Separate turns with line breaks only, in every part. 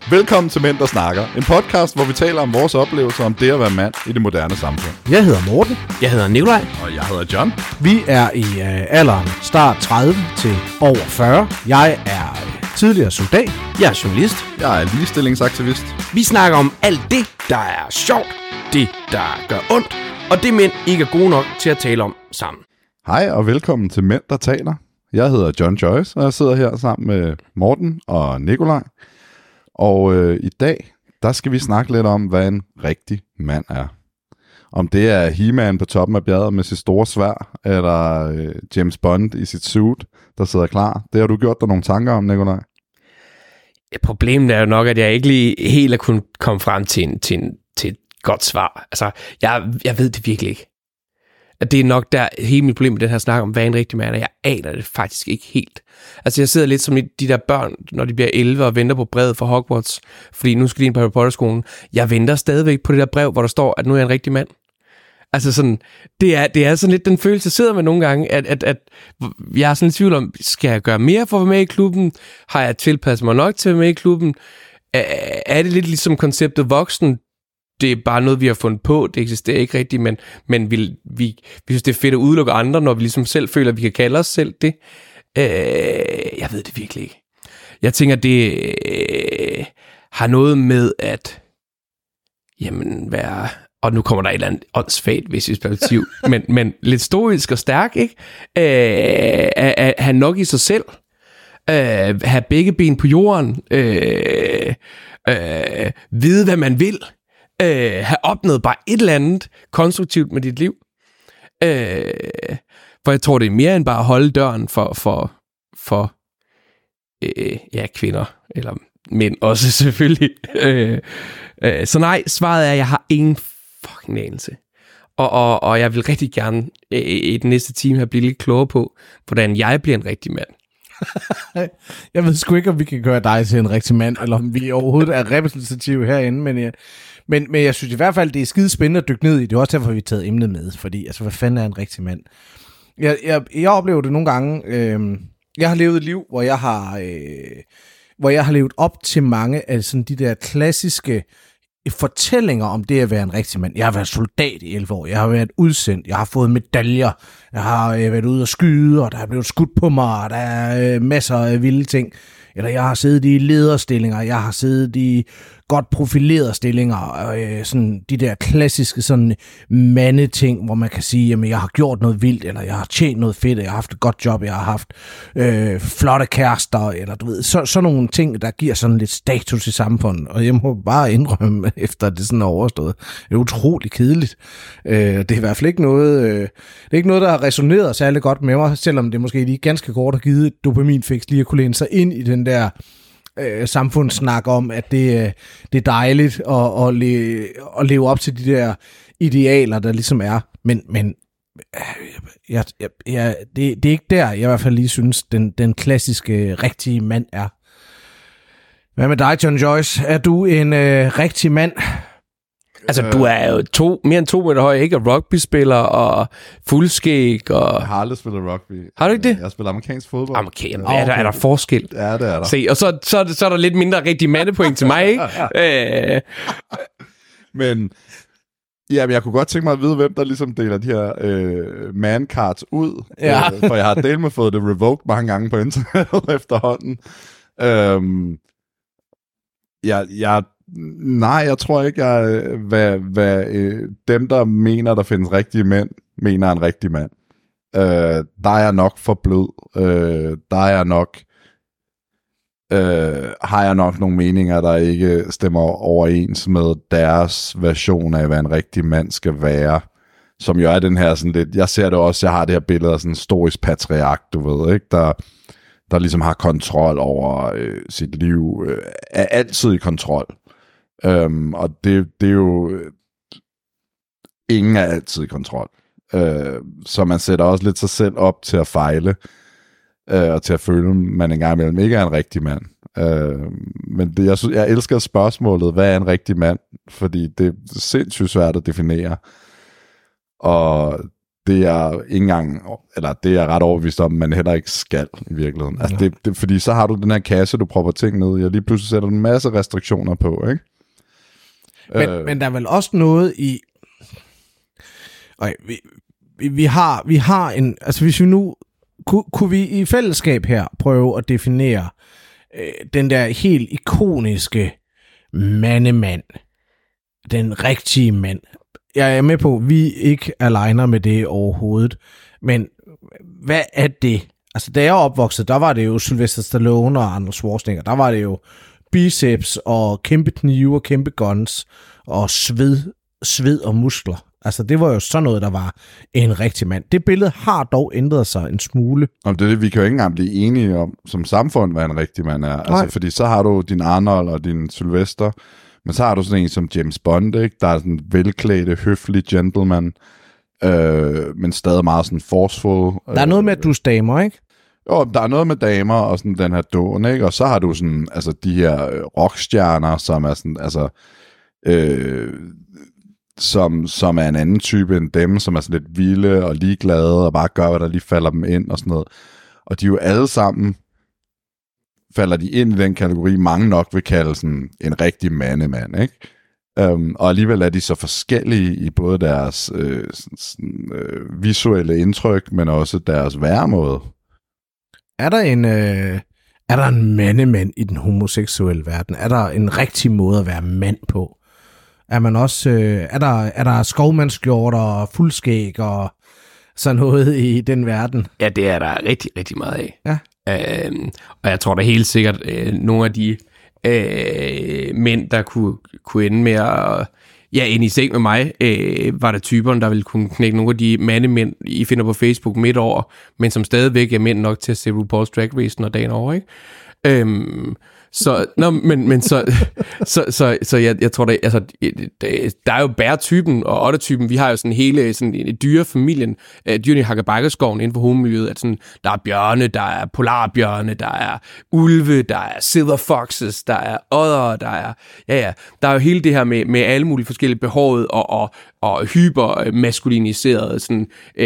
Velkommen til Mænd, der snakker. En podcast, hvor vi taler om vores oplevelser om det at være mand i det moderne samfund.
Jeg hedder Morten.
Jeg hedder Nikolaj.
Og jeg hedder John.
Vi er i alderen start 30 til over 40. Jeg er tidligere soldat.
Jeg er journalist.
Jeg er ligestillingsaktivist.
Vi snakker om alt det, der er sjovt, det, der gør ondt, og det mænd ikke er gode nok til at tale om sammen.
Hej og velkommen til Mænd, der taler. Jeg hedder John Joyce, og jeg sidder her sammen med Morten og Nikolaj. Og i dag, der skal vi snakke lidt om, hvad en rigtig mand er. Om det er He-Man på toppen af bjerget med sit store sværd, eller James Bond i sit suit, der sidder klar. Det har du gjort dig nogle tanker om, Nikolaj?
Ja, problemet er jo nok, at jeg ikke lige helt har kunnet komme frem til et godt svar. Altså, jeg ved det virkelig ikke. At det er nok der hele mit problem med den her snak om, hvad en rigtig mand er. Jeg aner det faktisk ikke helt. Altså, jeg sidder lidt som de der børn, når de bliver 11 og venter på brevet fra Hogwarts, fordi nu skal de ind på Harry Potter-skolen. Jeg venter stadigvæk på det der brev, hvor der står, at nu er jeg en rigtig mand. Altså sådan, det er sådan lidt den følelse, jeg sidder med nogle gange, at jeg er sådan i tvivl om, skal jeg gøre mere for at være med i klubben? Har jeg tilpasset mig nok til at være med i klubben? Er det lidt ligesom konceptet voksen? Det er bare noget, vi har fundet på. Det eksisterer ikke rigtigt, men vi synes, det er fedt at udelukke andre, når vi ligesom selv føler, at vi kan kalde os selv det. Jeg ved det virkelig ikke. Jeg tænker, det har noget med at være... Og nu kommer der et eller andet åndssvagt vist perspektiv, men lidt stoisk og stærk, ikke? At have nok i sig selv. Have begge ben på jorden. Vide, hvad man vil. Have opnået bare et eller andet konstruktivt med dit liv. For jeg tror, det er mere end bare at holde døren for kvinder, eller mænd også selvfølgelig. Så nej, svaret er, at jeg har ingen fucking anelse. Og jeg vil rigtig gerne i den næste time her blive lidt klogere på, hvordan jeg bliver en rigtig mand.
Jeg ved sgu ikke, om vi kan gøre dig til en rigtig mand, eller om vi overhovedet er repræsentative herinde, men jeg synes i hvert fald, det er skide spændende at dykke ned i. Det er også derfor, vi har taget emnet med, fordi altså, hvad fanden er en rigtig mand? Jeg oplever det nogle gange. Jeg har levet et liv, hvor jeg har levet op til mange af sådan de der klassiske fortællinger om det at være en rigtig mand. Jeg har været soldat i 11 år, jeg har været udsendt, jeg har fået medaljer, jeg har været ude at skyde, og der er blevet skudt på mig, og der er masser af vilde ting. Eller jeg har siddet i lederstillinger, jeg har siddet i godt profilerede stillinger, og sådan de der klassiske sådan mandeting, hvor man kan sige, jamen jeg har gjort noget vildt, eller jeg har tjent noget fedt, jeg har haft et godt job, jeg har haft flotte kærester, eller du ved, sådan nogle ting, der giver sådan lidt status i samfundet, og jeg må bare indrømme, efter det sådan er overstået. Det er utroligt kedeligt. Det er i hvert fald ikke noget, det er ikke noget, der har resoneret særlig godt med mig, selvom det måske lige ganske kort har givet et dopaminfix lige at kunne læne sig ind i den der samfundssnak om, at det er dejligt at leve op til de der idealer, der ligesom er. Men det er ikke der, jeg i hvert fald lige synes, den klassiske rigtige mand er. Hvad med dig, John Joyce? Er du en rigtig mand?
Altså, du er jo mere end 2 meter høj, ikke? Og rugbyspiller og fuldskæg og...
Jeg har aldrig spillet rugby.
Har du ikke det?
Jeg spiller amerikansk fodbold.
Er der forskel?
Ja, det er der.
Se, og så er der lidt mindre rigtig mandepoint til mig, ikke?
Men jeg kunne godt tænke mig at vide, hvem der ligesom deler de her man-cards ud.
Ja.
For jeg har delt med fået det revoked mange gange på internettet efterhånden. Jeg tror ikke, hvad dem, der mener, der findes rigtige mænd, mener en rigtig mand. Der er jeg nok for blød. Har jeg nok nogle meninger, der ikke stemmer overens med deres version af, hvad en rigtig mand skal være. Som jo er den her sådan lidt, jeg ser det også, jeg har det her billede af sådan en storisk patriark, du ved, ikke? Der ligesom har kontrol over sit liv, er altid i kontrol. Og det er jo ingen er altid i kontrol. Så man sætter også lidt sig selv op til at fejle, og til at føle, at man engang imellem ikke er en rigtig mand. Men jeg elsker spørgsmålet, hvad er en rigtig mand? Fordi det er sindssygt svært at definere. Og det er ikke engang, eller det er ret overbevist om, man heller ikke skal i virkeligheden. Altså fordi så har du den her kasse, du propper ting ned i, og lige pludselig sætter du en masse restriktioner på, ikke?
Men der er vel også noget i... Okay, vi har en... Altså hvis vi nu... Kunne vi i fællesskab her prøve at definere den der helt ikoniske mandemand, den rigtige mand. Jeg er med på, at vi ikke aligner med det overhovedet, men hvad er det? Altså da jeg opvoksede, der var det jo Sylvester Stallone og Arnold Schwarzenegger, der var det jo biceps og kæmpe knive og kæmpe guns og sved og muskler. Altså, det var jo sådan noget, der var en rigtig mand. Det billede har dog ændret sig en smule.
Om det, vi kan jo ikke engang blive enige om, som samfund, hvad en rigtig mand er. Altså, fordi så har du din Arnold og din Sylvester, men så har du sådan en som James Bond, ikke? Der er sådan en velklædte, høflig gentleman, men stadig meget sådan forceful.
Der er noget med, at du damer, ikke?
Jo, der er noget med damer og sådan den her dån, ikke? Og så har du sådan, altså de her rockstjerner, som er sådan, altså... som er en anden type end dem, som er sådan lidt vilde og ligeglade, og bare gør, hvad der lige falder dem ind og sådan noget. Og de er jo alle sammen, falder de ind i den kategori, mange nok vil kalde sådan en rigtig mandemand, ikke? Og alligevel er de så forskellige i både deres visuelle indtryk, men også deres væremåde.
Er der en mandemand i den homoseksuelle verden? Er der en rigtig måde at være mand på? Er man også, er der skovmandsskjorter og fuldskæg og sådan noget i den verden?
Ja, det er der rigtig, rigtig meget af.
Ja.
Og jeg tror da helt sikkert, nogle af de mænd, der kunne ende med at ende i seng med mig, var der typerne, der ville kunne knække nogle af de mandemænd, I finder på Facebook midt over, men som stadigvæk er mænd nok til at se RuPaul's Drag Race når dagen over, ikke? Så jeg tror, der er jo bærtypen og ottertypen. Vi har jo sådan hele sådan dyrefamilien, dyrene i Hakkebakkeskoven inden for homomiljøet, at sådan, der er bjørne, der er polarbjørne, der er ulve, der er silver foxes, der er odder, der er der er jo hele det her med alle mulige forskellige behovet og hypermaskuliniserede sådan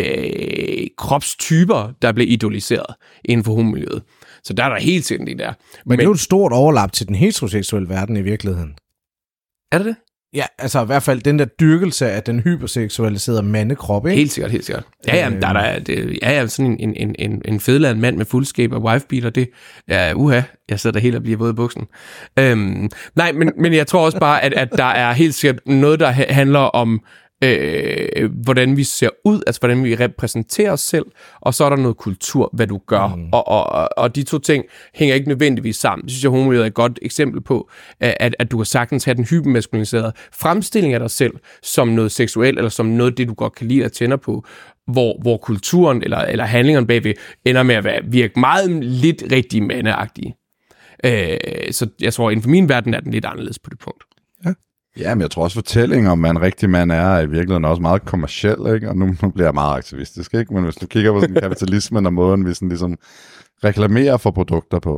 kropstyper, der bliver idoliseret inden for homomiljøet. Så der er der helt sikkert det der.
Men det er jo et stort overlap til den heteroseksuelle verden i virkeligheden.
Er det det?
Ja, altså i hvert fald den der dyrkelse af den hyperseksualiserede mandekrop, ikke?
Helt sikkert. Ja, der er sådan en fedladet mand med fuldskæb og wifebeater, det er, jeg sidder der helt og bliver våd i buksen. Nej, men jeg tror også bare, at der er helt sikkert noget, der handler om, hvordan vi ser ud, altså hvordan vi repræsenterer os selv, og så er der noget kultur, hvad du gør, og de to ting hænger ikke nødvendigvis sammen. Det synes jeg, homomiljøet er et godt eksempel på, at du kan sagtens have den hypermaskuliniserede fremstilling af dig selv som noget seksuelt, eller som noget, det du godt kan lide at tænde på, hvor kulturen eller handlingerne bagved ender med at virke meget lidt rigtig mandeagtige. Så jeg tror, inden for min verden er den lidt anderledes på det punkt.
Ja, men jeg tror også, fortællingen om, hvad en rigtig mand er i virkeligheden også meget kommerciel, ikke? Og nu bliver jeg meget aktivistisk, ikke? Men hvis du kigger på sådan kapitalismen og måden, vi sådan ligesom reklamerer for produkter på,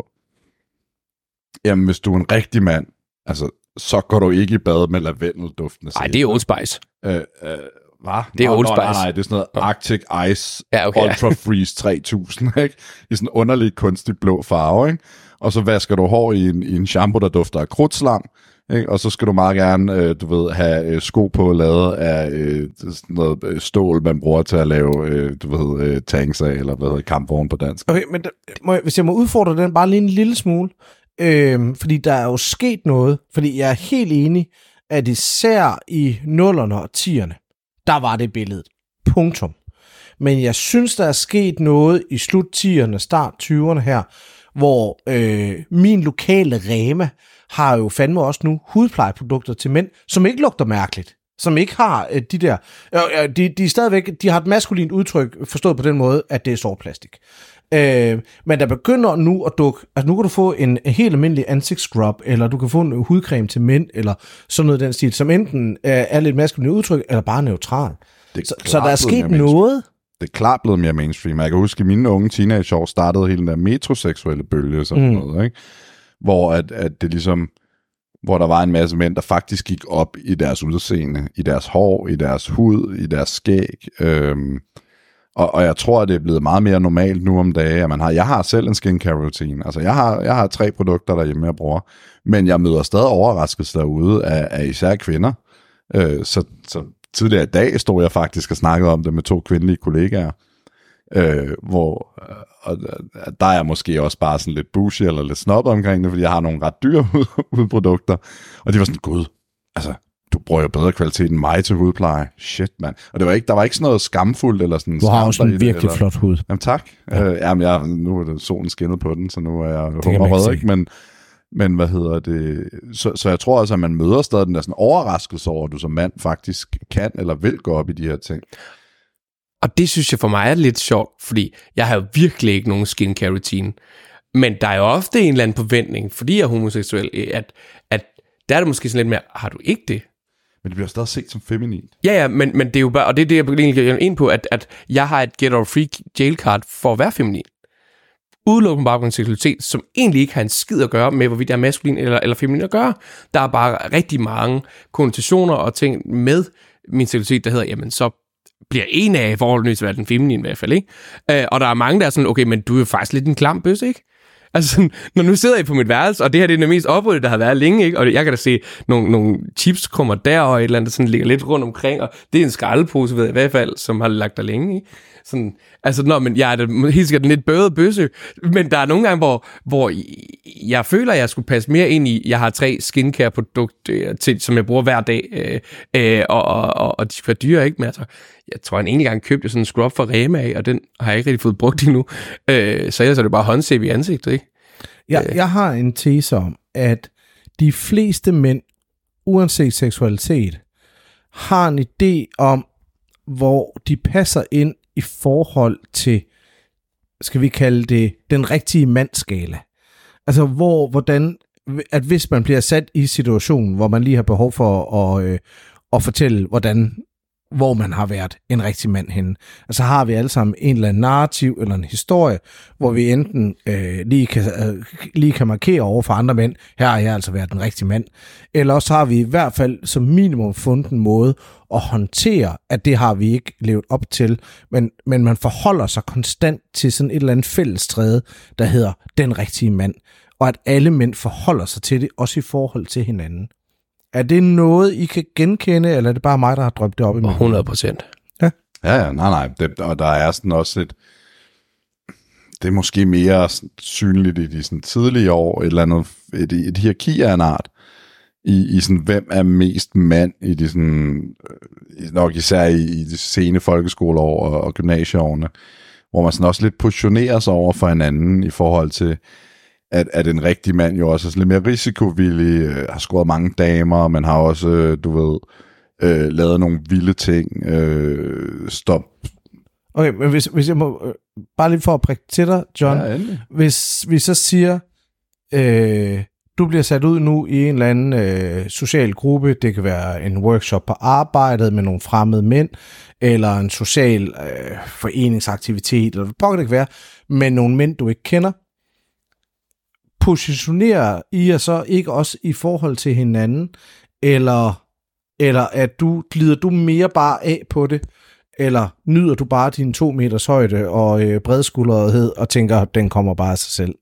jamen hvis du er en rigtig mand, altså, så går du ikke i bad med lavendelduften.
Nej, det er Old Spice.
Hvad?
Det er Old Spice.
Nej, det er sådan noget Arctic Ice Ultra Freeze 3000, ikke? I sådan en underlig kunstig blå farve, ikke? Og så vasker du hår i en shampoo, der dufter af krudtslam, ikke? Og så skal du meget gerne, have sko på lavet af sådan noget stål, man bruger til at lave, tanks af, eller hvad hedder kampvogn på dansk.
Okay, men hvis jeg må udfordre den bare lige en lille smule, fordi der er jo sket noget, fordi jeg er helt enig, at især i 0'erne og 10'erne, der var det billedet. Punktum. Men jeg synes, der er sket noget i slut 10'erne, start 20'erne her, hvor min lokale Rema har jo fandme også nu hudplejeprodukter til mænd, som ikke lugter mærkeligt. Som ikke har de der... De er stadigvæk... De har et maskulint udtryk, forstået på den måde, at det er sort plastik. Men der begynder nu at dukke... Altså nu kan du få en helt almindelig ansigtsscrub, eller du kan få en hudcreme til mænd, eller sådan noget den stil, som enten er lidt maskulint udtryk, eller bare neutral. Så der er sket noget...
Det er klart blevet mere mainstream. Jeg kan huske, at mine unge teenageår startede hele den der metroseksuelle bølge, sådan noget, ikke? Hvor at det ligesom, hvor der var en masse mænd, der faktisk gik op i deres udseende, i deres hår, i deres hud, i deres skæg. Og jeg tror, at det er blevet meget mere normalt nu om dagen, at jeg har selv en skincare routine. Altså, jeg har 3 produkter derhjemme, jeg bruger. Men jeg møder stadig overraskelser derude af især kvinder. Så tidligere i dag stod jeg faktisk og snakkede om det med 2 kvindelige kollegaer. Hvor der er måske også bare sådan lidt bougie eller lidt snobbet omkring det, fordi jeg har nogle ret dyre hudprodukter. Og de var sådan, gud, altså, du bruger jo bedre kvalitet end mig til hudpleje. Shit, mand. Og der var ikke sådan noget skamfuldt eller sådan.
Du har også en virkelig flot hud.
Jamen tak. Ja. Nu er det solen skinnet på den, så nu er jeg hummerrød, ikke? Men hvad hedder det? Så jeg tror også, at man møder stadig den der sådan overraskelse over, at du som mand faktisk kan eller vil gå op i de her ting.
Og det synes jeg for mig er lidt sjovt, fordi jeg har jo virkelig ikke nogen skincare routine. Men der er jo ofte en eller anden forventning, fordi jeg er homoseksuel, at der er det måske sådan lidt mere, har du ikke det?
Men det bliver stadig set som feminint.
Ja, men det er jo bare, og det er det, jeg egentlig er ind på, at jeg har et get or free jail card for at være feminin. Udelukkende bare på en seksualitet, som egentlig ikke har en skid at gøre med, hvorvidt jeg er maskulin eller feminin at gøre. Der er bare rigtig mange konnotationer og ting med min seksualitet, der hedder, jamen så bliver en af forholdet til at være den feminine i hvert fald, ikke? Og der er mange, der er sådan, okay, men du er jo faktisk lidt en klam bøsse, ikke? Altså sådan, når nu sidder jeg på mit værelse, og det her det er det mest oprydde, der har været længe, ikke? Og jeg kan da se nogle chips kommer der, og et eller andet, der sådan ligger lidt rundt omkring, og det er en skraldepose, ved jeg i hvert fald, som har lagt der længe, ikke? Sådan, altså, men jeg er da helt sikkert en lidt bøvet bøsse, men der er nogle gange, hvor jeg føler, at jeg skulle passe mere ind i, jeg har 3 skincare-produkter, som jeg bruger hver dag, og de skal være dyre, ikke? Men altså, jeg tror, en gang købte sådan en scrub fra Rema af, og den har jeg ikke rigtig fået brugt endnu. Så ellers er det bare håndsæbe i ansigtet, ikke?
Jeg har en tese om, at de fleste mænd, uanset seksualitet, har en idé om, hvor de passer ind i forhold til, skal vi kalde det, den rigtige mandskala. Altså, hvordan, at hvis man bliver sat i situationen, hvor man lige har behov for at fortælle, hvor man har været en rigtig mand henne. Altså har vi alle sammen en eller anden narrativ eller en historie, hvor vi enten lige kan markere over for andre mænd, her har jeg altså været en rigtig mand, eller også har vi i hvert fald som minimum fundet en måde at håndtere, at det har vi ikke levet op til, men man forholder sig konstant til sådan et eller andet fællestræde, der hedder den rigtige mand, og at alle mænd forholder sig til det, også i forhold til hinanden. Er det noget, I kan genkende, eller er det bare mig, der har drømt det op i mig?
100%.
Ja.
Ja, nej. Og der er sådan også det er måske mere synligt i de sådan tidlige år, et eller andet, et hierarki af en art, i sådan, hvem er mest mand i de sådan, nok især i de sene folkeskoleår og gymnasieårene, hvor man sådan også lidt positionerer sig over for hinanden i forhold til, at en rigtig mand jo også er lidt mere risikovillig, har scoret mange damer, men har også, lavet nogle vilde ting. Stop.
Okay, men hvis jeg må, bare lige for at prikke til dig, John,
ja,
hvis vi så siger, du bliver sat ud nu i en eller anden social gruppe, det kan være en workshop på arbejdet med nogle fremmede mænd, eller en social foreningsaktivitet, eller hvad pokker det kan være, med nogle mænd, du ikke kender. Positionerer I jer så ikke også i forhold til hinanden, eller at glider du mere bare af på det, eller nyder du bare din 2 meters højde og bredskulderethed og tænker, at den kommer bare af sig selv?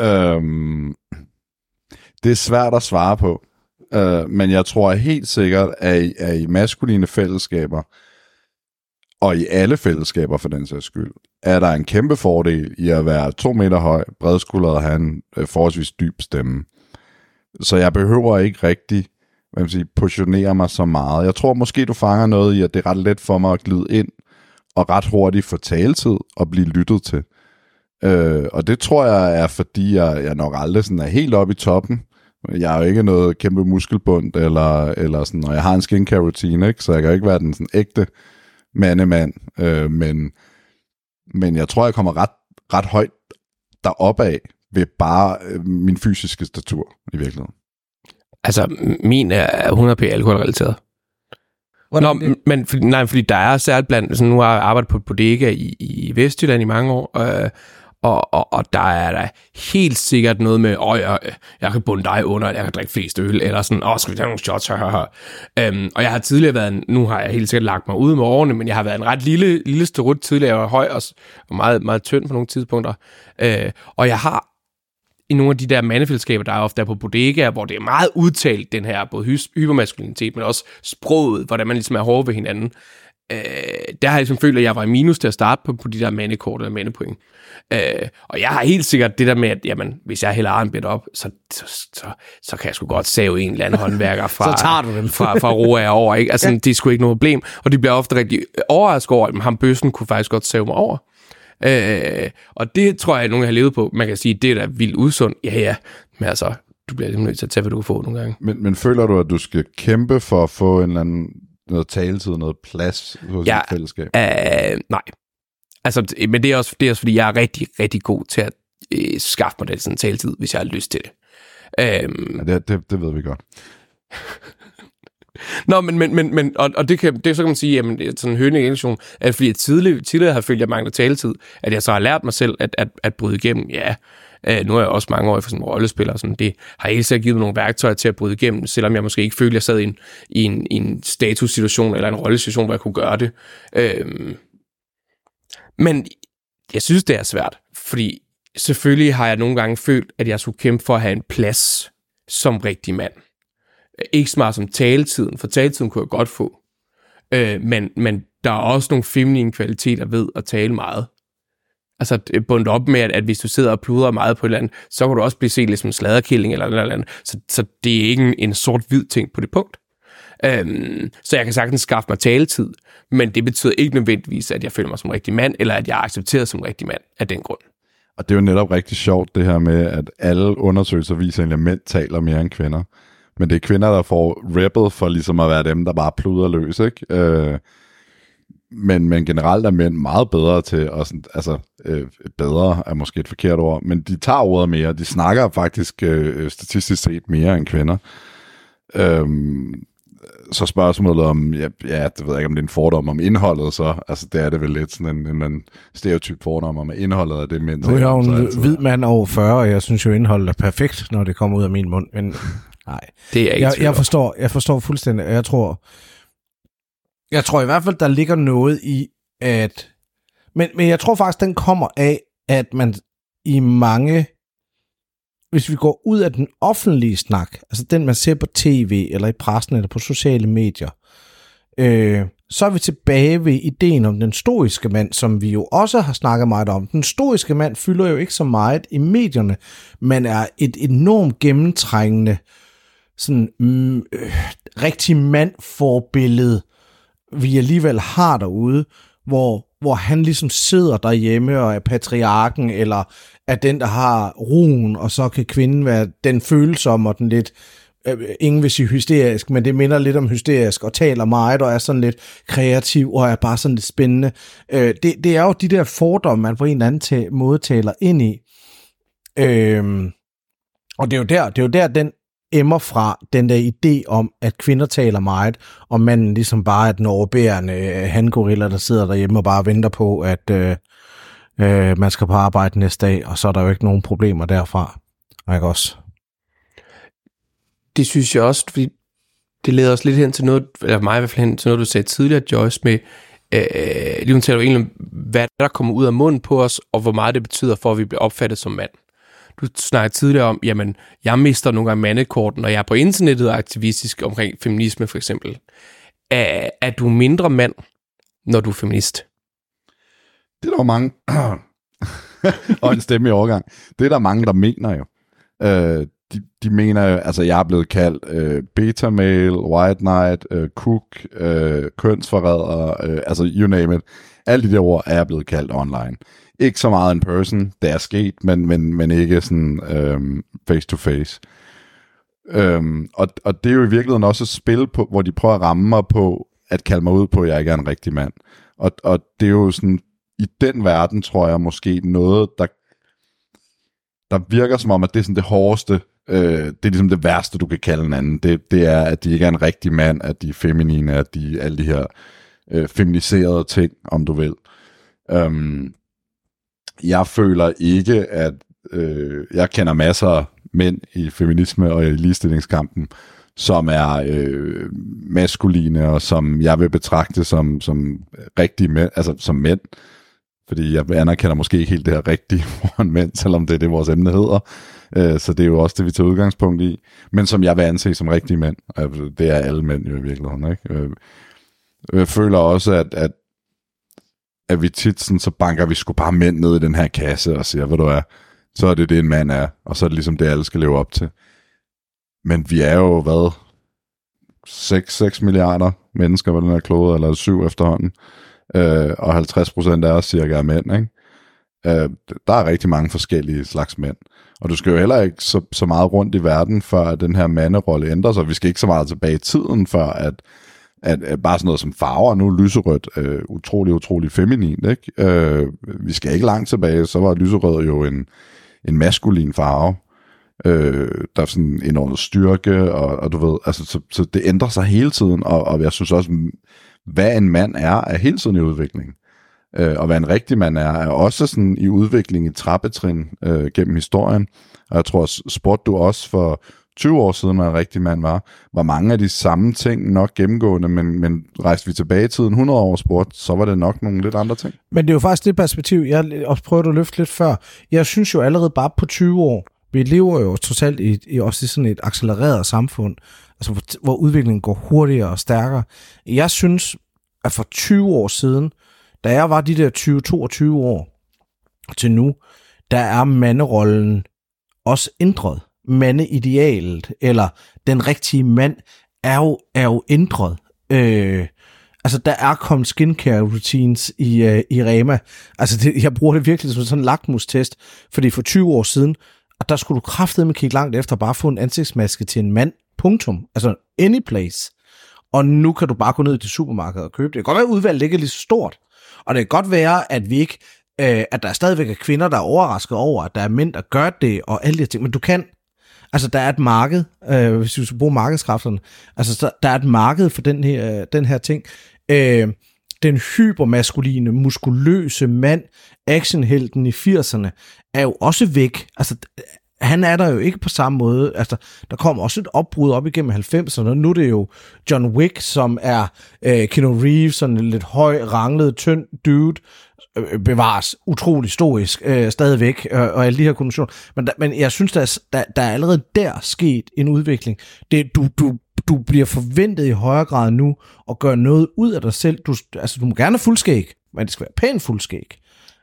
Det er svært at svare på, men jeg tror helt sikkert, at i maskuline fællesskaber, og i alle fællesskaber for den sags skyld, er der en kæmpe fordel i at være 2 meter høj, bredskuldret og have en forholdsvis dyb stemme. Så jeg behøver ikke rigtig positionere mig så meget. Jeg tror måske, du fanger noget i, at det er ret let for mig at glide ind og ret hurtigt få taletid og blive lyttet til. Og det tror jeg er, fordi jeg nok aldrig sådan er helt oppe i toppen. Jeg er jo ikke noget kæmpe muskelbund, eller sådan, og jeg har en skincare routine, ikke? Så jeg kan ikke være den sådan ægte mandemand, men jeg tror, jeg kommer ret højt deroppe af ved bare min fysiske statur i virkeligheden.
Altså, min er 100p alkoholrelateret. Men fordi der er særligt blandt, altså nu har jeg arbejdet på bodega i Vestjylland i mange år, Og der er der helt sikkert noget med, jeg kan bunde dig under, jeg kan drikke flest øl, eller sådan, skal vi tage nogle shots, og jeg har tidligere været, nu har jeg helt sikkert lagt mig ude med årene, men jeg har været en ret lille storut tidligere, jeg var høj og meget, meget tynd på nogle tidspunkter, og jeg har i nogle af de der mandefællesskaber, der er ofte der på bodega, hvor det er meget udtalt, den her både hypermaskulinitet, men også sproget, hvordan man ligesom er hård ved hinanden. Der har jeg ligesom følt, at jeg var i minus til at starte på de der mandekort eller mandepoint. Og jeg har helt sikkert det der med, at jamen, hvis jeg hælder Arnbjørn op, så kan jeg sgu godt save en eller anden håndværker fra,
så tager du dem.
fra Roa over. Ikke? Altså, det er sgu ikke noget problem. Og de bliver ofte rigtig overrasket over, at ham bøssen kunne faktisk godt save mig over. Og det tror jeg, at nogen har levet på. Man kan sige, det er da vildt usundt. Ja, men altså, du bliver nødt til at tage, hvad du kan få nogle gange.
Men føler du, at du skal kæmpe for at få en eller anden noget taletid, noget plads hos et fællesskab?
Nej. Altså, men det er også fordi, jeg er rigtig, rigtig god til at skaffe mig det sådan taletid, hvis jeg har lyst til det.
Det ved vi godt.
Nå, men og det så kan man sige, jamen, det er sådan en høne-evolution, at fordi jeg tidligere har følt, at jeg mangler taletid, at jeg så har lært mig selv at bryde igennem, nu er jeg også mange år for sådan en rollespiller, sådan det har helt sikkert givet mig nogle værktøjer til at bryde igennem, selvom jeg måske ikke følte, at jeg sad i en statussituation eller en rollesituation, hvor jeg kunne gøre det. Men jeg synes, det er svært, fordi selvfølgelig har jeg nogle gange følt, at jeg skulle kæmpe for at have en plads som rigtig mand. Ikke så meget som taletiden, for taletiden kunne jeg godt få. Men der er også nogle feminine kvaliteter ved at tale meget. Altså bundet op med, at hvis du sidder og pludrer meget på et eller andet, så kan du også blive set lidt som en sladderkilling eller noget andet. Så det er ikke en sort-hvid ting på det punkt. Så jeg kan sagtens skaffe mig taletid, men det betyder ikke nødvendigvis, at jeg føler mig som en rigtig mand, eller at jeg er accepteret som en rigtig mand af den grund.
Og det er jo netop rigtig sjovt, det her med, at alle undersøgelser viser, at mænd taler mere end kvinder. Men det er kvinder, der får rappet for ligesom at være dem, der bare pluder løs, ikke? Men generelt er mænd meget bedre til, bedre er måske et forkert ord, men de tager ordet mere. De snakker faktisk statistisk set mere end kvinder. Så spørgsmålet om, det ved jeg ikke, om det er en fordom om indholdet, så altså det er det vel lidt sådan en stereotyp fordom om, at indholdet er det mænd.
Nu er jeg jo en hvid mand over 40, og jeg synes jo, indholdet er perfekt, når det kommer ud af min mund, men nej.
Det er ikke
jeg forstår fuldstændig, og jeg tror i hvert fald, der ligger noget i, at men jeg tror faktisk, den kommer af, at man i mange, hvis vi går ud af den offentlige snak, altså den, man ser på tv, eller i pressen, eller på sociale medier, så er vi tilbage ved ideen om den stoiske mand, som vi jo også har snakket meget om. Den stoiske mand fylder jo ikke så meget i medierne, men er et enormt gennemtrængende, sådan rigtig mand-forbillede, vi alligevel har derude, hvor han ligesom sidder derhjemme og er patriarken, eller er den, der har roen, og så kan kvinden være den følsomme og den lidt, ingen vil sige hysterisk, men det minder lidt om hysterisk, og taler meget, og er sådan lidt kreativ, og er bare sådan lidt spændende. Det er jo de der fordomme, man på en eller anden måde taler ind i. Og det er jo der den emmer fra, den der idé om, at kvinder taler meget, og manden ligesom bare er den overbærende hangorilla, der sidder derhjemme og bare venter på, at man skal på arbejde næste dag, og så er der jo ikke nogen problemer derfra. Og ikke også?
Det synes jeg også, fordi det leder os lidt hen til noget, eller mig i hvert fald hen til noget, du sagde tidligere, Joyce, med lige nu taler du egentlig om, hvad der kommer ud af munden på os, og hvor meget det betyder for, at vi bliver opfattet som mand. Du snakkede tidligere om, jamen, jeg mister nogle gange mandekorten, når jeg er på internettet og aktivistisk omkring feminisme for eksempel. Er du mindre mand, når du er feminist?
Det er der mange, og en stemme i overgang. Det er der mange, der mener jo. De mener jo, altså jeg er blevet kaldt beta-male, white knight, cook, kønsforræder, altså you name it. Alle de der ord er blevet kaldt online. Ikke så meget in person, det er sket, men ikke sådan face to face. Og det er jo i virkeligheden også et spil, på, hvor de prøver at ramme mig på, at kalde mig ud på, at jeg ikke er en rigtig mand. Og det er jo sådan, i den verden, tror jeg måske noget, der virker som om, at det er sådan det hårdeste, det er ligesom det værste, du kan kalde en anden. Det er, at de ikke er en rigtig mand, at de er feminine, at de alle de her feminiserede ting, om du vil. jeg føler ikke, at jeg kender masser af mænd i feminisme og i ligestillingskampen, som er maskuline, og som jeg vil betragte som rigtige mænd, altså som mænd, fordi jeg anerkender måske ikke helt det her rigtige for en mænd, selvom det er det, vores emne hedder. Så det er jo også det, vi tager udgangspunkt i. Men som jeg vil anse som rigtige mænd. Det er alle mænd jo i virkeligheden, ikke? Jeg føler også, at vi tit sådan, så banker vi sgu bare mænd ned i den her kasse og siger, hvad du er, så er det en mand er, og så er det ligesom det, alle skal leve op til. Men vi er jo, 6 milliarder mennesker på den her klode, eller 7 efterhånden. Og 50% af os cirka er mænd, ikke? Der er rigtig mange forskellige slags mænd. Og du skal jo heller ikke så meget rundt i verden, før at den her manderolle ændrer sig. Vi skal ikke så meget tilbage i tiden, før at bare sådan noget som farver, nu lyserødt, utrolig feminint, ikke? Vi skal ikke langt tilbage, så var lyserød jo en maskulin farve. Der er sådan en enorm styrke, og du ved, altså, så det ændrer sig hele tiden, og jeg synes også, hvad en mand er hele tiden i udvikling. Og hvad en rigtig mand er også sådan i udvikling i trappetrin gennem historien. Og jeg tror, spurgte du også for 20 år siden, når en rigtig mand var mange af de samme ting nok gennemgående, men rejste vi tilbage i tiden 100 år spurgt, så var det nok nogle lidt andre ting.
Men det er jo faktisk det perspektiv, jeg også prøvede at løfte lidt før. Jeg synes jo allerede bare på 20 år, vi lever jo totalt i også sådan et accelereret samfund, altså hvor udviklingen går hurtigere og stærkere. Jeg synes, at for 20 år siden, da jeg var de der 20-22 år til nu, der er manderollen også ændret. Mandeidealet, eller den rigtige mand, er jo ændret. Altså, der er kommet skincare routines i Rema. Altså, jeg bruger det virkelig som sådan en lakmustest, fordi for 20 år siden, og der skulle du kraftedeme kigge langt efter bare få en ansigtsmaske til en mand. Punktum. Altså, any place. Og nu kan du bare gå ned til supermarkedet og købe det. Det kan godt være, at udvalget ikke er lige så stort. Og det kan godt være, at vi ikke, at der stadigvæk er kvinder, der er overrasket over, at der er mænd, der gør det, og alle de ting. Men du kan. Altså, der er et marked, hvis vi skal bruge markedskræfterne. Altså, der er et marked for den her ting. Den hypermaskuline, muskuløse mand, actionhelten i 80'erne, er jo også væk. Altså, han er der jo ikke på samme måde. Altså, der kom også et opbrud op igennem 90'erne. Nu er det jo John Wick, som er Keanu Reeves, sådan en lidt høj, ranglet, tynd dude, bevares utrolig stoisk stadigvæk, og alle de her konventioner. Men jeg synes, der er allerede der sket en udvikling. Du bliver forventet i højere grad nu at gøre noget ud af dig selv. Du må gerne have fuldskæg, men det skal være pænt fuldskæg.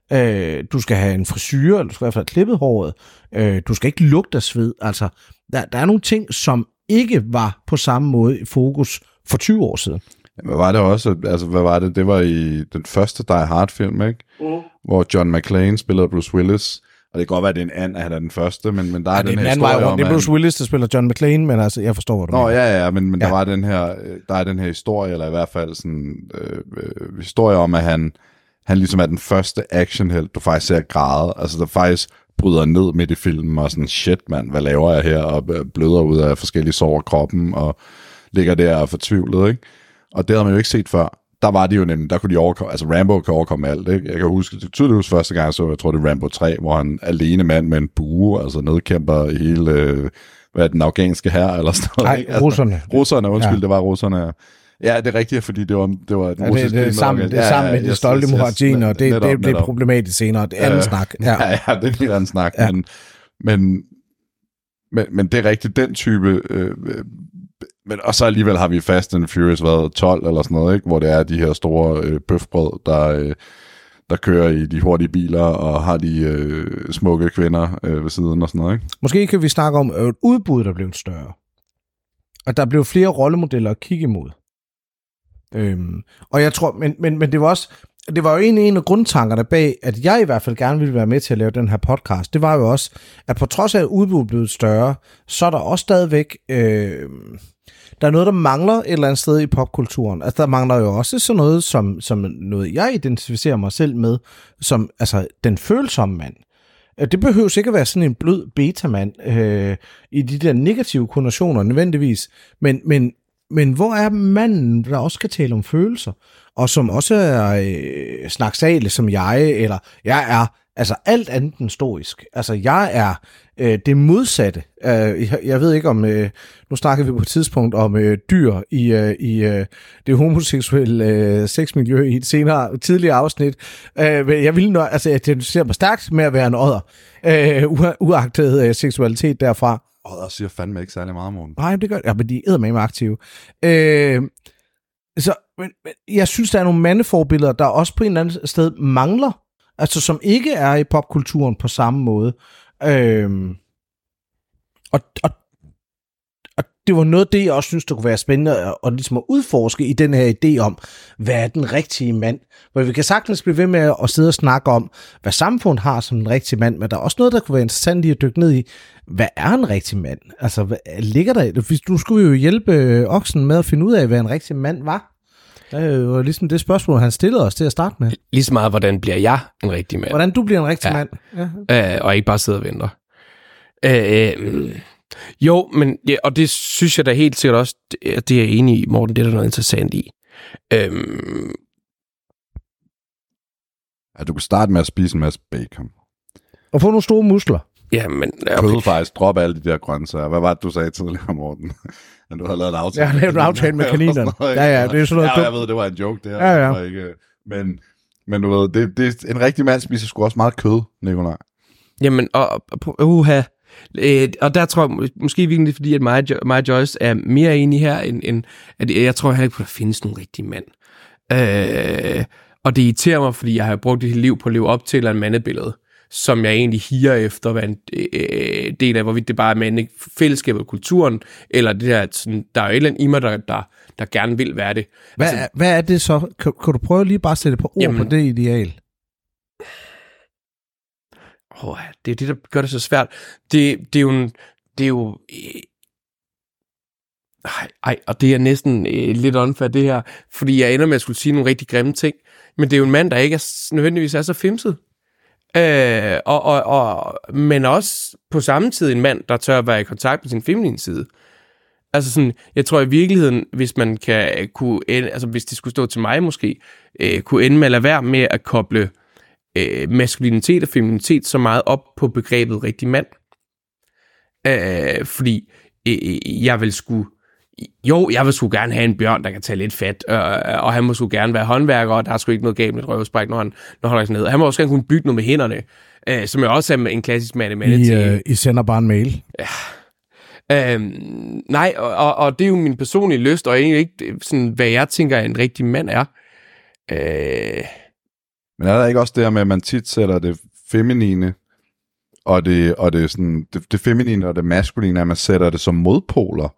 Du skal have en frisyre, eller du skal i hvert fald have klippet håret. Du skal ikke lugte af sved. Altså, der er nogle ting, som ikke var på samme måde i fokus for 20 år siden.
Hvad var det også? Altså, hvad var det? Det var i den første Die Hard-film, ikke? Hvor John McClane spillede Bruce Willis. Og det kan godt være, at det er en and, at han er den første, men der er den her historie om...
Det er Bruce Willis, der spiller John McClane, men altså, jeg forstår, hvad du mener.
Ja, men der var der er den her historie, eller i hvert fald sådan historie om, at han ligesom er den første actionhelt, du faktisk ser græde. Altså, der faktisk bryder ned midt i filmen, og sådan, shit mand, hvad laver jeg her? Og bløder ud af forskellige sår af kroppen, og ligger der og fortvivlet, ikke? Og det havde man jo ikke set før. Der var de jo nemlig, der kunne de overkomme, altså Rambo kan overkomme alt, ikke? Jeg kan tydeligt huske første gang, så jeg tror det er Rambo 3, hvor han alene mand med en bue, altså nedkæmper hele, den afghanske hær, eller sådan noget.
Nej,
altså, russerne, undskyld, ja. Det var russerne. Ja, det er rigtigt, fordi det var den russiske...
Det er sammen med de stolte mujahedin, og det er problematisk senere. Det er anden snak.
Ja, det er anden snak, ja. Men det er rigtigt, den type... Men og så alligevel har vi Fast and Furious været 12 eller sådan noget, ikke? Hvor det er de her store bøfbrød, der kører i de hurtige biler og har de smukke kvinder ved siden og sådan noget, ikke?
Måske kan vi snakke om et udbud, der blev større. Og der blev flere rollemodeller at kigge imod. Og jeg tror, men det var også... Det var jo en af grundtankerne bag, at jeg i hvert fald gerne ville være med til at lave den her podcast. Det var jo også, at på trods af, at udbuddet blev større, så er der også stadigvæk... der er noget, der mangler et eller andet sted i popkulturen. Altså, der mangler jo også sådan noget, som noget, jeg identificerer mig selv med, som altså den følsomme mand. Det behøves ikke at være sådan en blød betamand i de der negative konnotationer nødvendigvis, men hvor er manden, der også kan tale om følelser, og som også er snaksale som jeg, eller jeg er Altså alt andet end stoisk. Altså jeg er det modsatte. Jeg ved ikke om, nu snakker vi på et tidspunkt om dyr i det homoseksuelle sexmiljø i et tidligere afsnit. Men jeg vil altså jeg identificerer mig stærkt med at være en odder, uagtet seksualitet derfra.
Odder siger fandme ikke særlig meget, Morten.
Nej, det gør ja, men de er med aktive. Men jeg synes, der er nogle mandeforbilleder, der også på en eller anden sted mangler, altså som ikke er i popkulturen på samme måde. Og det var noget af det, jeg også synes, der kunne være spændende at ligesom at udforske i den her idé om, hvad er den rigtige mand? Hvor vi kan sagtens blive ved med at sidde og snakke om, hvad samfundet har som en rigtig mand, men der er også noget, der kunne være interessant i at dykke ned i, hvad er en rigtig mand? Altså, hvad ligger der? Nu skulle vi jo hjælpe oksen med at finde ud af, hvad en rigtig mand var. Det var ligesom det spørgsmål, han stillede os til at starte med.
Lige så meget, hvordan bliver jeg en rigtig mand?
Hvordan du bliver en rigtig mand.
Ja. Og ikke bare sidde og venter. Jo, men ja, og det synes jeg da helt sikkert også, det er jeg enig i, Morten, det er der noget interessant i.
Ja, du kan starte med at spise en masse bacon.
Og få nogle store muskler.
Ja, men...
Okay. Faktisk droppe alle de der grøntsager. Hvad var det, du sagde tidligere, Morten? Du havde lavet en aftale.
Jeg har lavet en aftale med kaninerne. Ja, det er sådan noget
dumt. Jeg ved, det var en joke, det her.
Ja.
Ikke, men du ved, en rigtig mand spiser sgu også meget kød, Nikolaj.
Jamen, og der tror jeg måske virkelig, fordi at mig og Joyce er mere enige her, end at jeg tror heller ikke på, at der findes nogen rigtig mand. Og det irriterer mig, fordi jeg har brugt et liv på at leve op til et mandebillede, som jeg egentlig higer efter, hvad en del af, hvorvidt det bare er mand, fællesskabet og kulturen, eller det der, sådan, der er jo et eller andet i mig, der gerne vil være det.
Hvad er det så? Kan du prøve lige bare at sætte på ord på det ideal?
Det er det, der gør det så svært. Det er jo og det er næsten lidt unfair det her, fordi jeg ender med at skulle sige nogle rigtig grimme ting, men det er jo en mand, der ikke er nødvendigvis er så femset. Men også på samme tid en mand, der tør at være i kontakt med sin feminine side. Altså sådan, jeg tror i virkeligheden, hvis man kunne ende, altså hvis det skulle stå til mig måske, kunne ende med at lade være med at koble maskulinitet og feminitet så meget op på begrebet rigtig mand. Fordi jeg vil sgu gerne have en bjørn, der kan tage lidt fat, og han må sgu gerne være håndværker, og der er sgu ikke noget galt med et røvspræk, når han holder sig ned. Han må også gerne kunne bygge noget med hænderne, som jeg også er en klassisk mand.
I sender bare en mail.
Ja. Nej, og det er jo min personlige lyst, og egentlig ikke sådan, hvad jeg tænker, en rigtig mand er.
Men er der ikke også det her med, at man tit sætter det feminine, og det sådan, det feminine og det maskuline, at man sætter det som modpoler?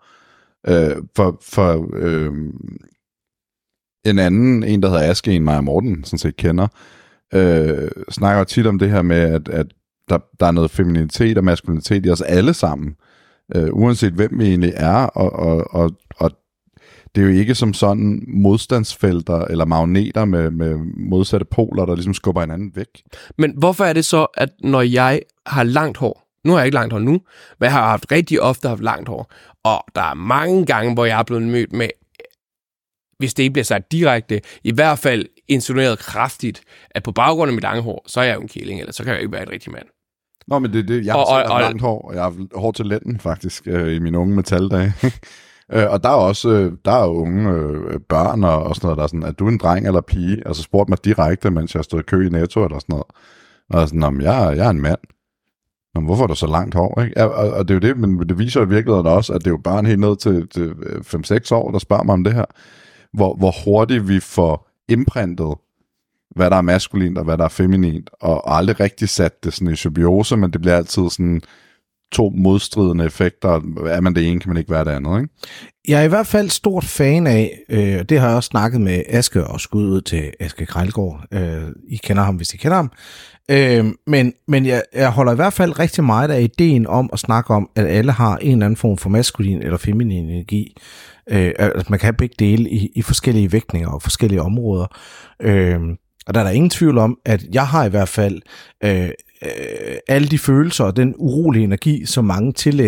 En der hedder Aske, en mig og Morten, sådan set kender, snakker tit om det her med, at der er noget femininitet og maskulinitet i os alle sammen, uanset hvem vi egentlig er, og det er jo ikke som sådan modstandsfelter eller magneter med modsatte poler, der ligesom skubber hinanden væk.
Men hvorfor er det så, at når jeg har langt hår, nu har jeg ikke langt hår nu, men jeg har rigtig ofte haft langt hår, og der er mange gange, hvor jeg er blevet mødt med, hvis det ikke bliver sagt direkte, i hvert fald insinueret kraftigt, at på baggrund af mit lange hår, så er jeg jo en killing, eller så kan jeg ikke være et rigtig mand.
Nå, men det jeg har selv langt hår, og jeg har hår til lænden faktisk, i mine unge metaldage. Og der er også unge børn og sådan noget, der er sådan, er du en dreng eller pige? Altså spurgte mig direkte, mens jeg stod i kø i Netto eller sådan noget. Og sådan, jeg er en mand. Nå, hvorfor er du så langt hår? Ikke? Og det er jo det, men det viser i virkeligheden også, at det er jo børn helt ned til 5-6 år, der spørger mig om det her. Hvor hurtigt vi får imprintet, hvad der er maskulint og hvad der er feminint, og aldrig rigtig sat det sådan i symbiose, men det bliver altid sådan to modstridende effekter. Er man det ene, kan man ikke være det andet, ikke?
Jeg er i hvert fald stort fan af, det har jeg også snakket med Aske, og skud ud til Aske Krejlgaard. I kender ham, hvis I kender ham. Men jeg holder i hvert fald rigtig meget af ideen om at snakke om, at alle har en eller anden form for maskulin eller feminin energi. At man kan have begge dele i forskellige vægtninger og forskellige områder. Og der er der ingen tvivl om, at jeg har i hvert fald alle de følelser og den urolige energi, som mange tillægger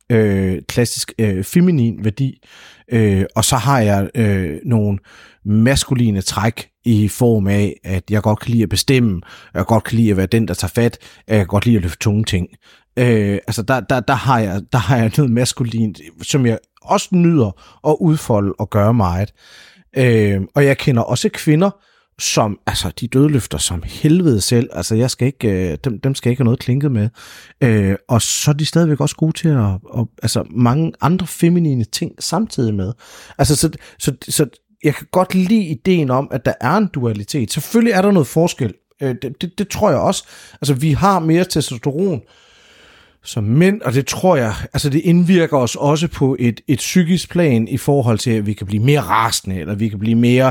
klassisk feminin værdi, og så har jeg nogle maskuline træk i form af, at jeg godt kan lide at bestemme, jeg godt kan lide at være den, der tager fat, jeg kan godt lide at løfte tunge ting. Altså der har jeg noget maskulint, som jeg også nyder at udfolde og gøre meget. Og jeg kender også kvinder, som, altså, de dødløfter som helvede selv. Altså, jeg skal ikke, dem skal jeg ikke have noget klinket med. Og så er de stadigvæk også gode til altså, mange andre feminine ting samtidig med. Altså, så jeg kan godt lide ideen om, at der er en dualitet. Selvfølgelig er der noget forskel. Det tror jeg også. Altså, vi har mere testosteron som mænd, og det tror jeg, altså det indvirker os også på et psykisk plan i forhold til, at vi kan blive mere rasende, eller vi kan blive mere,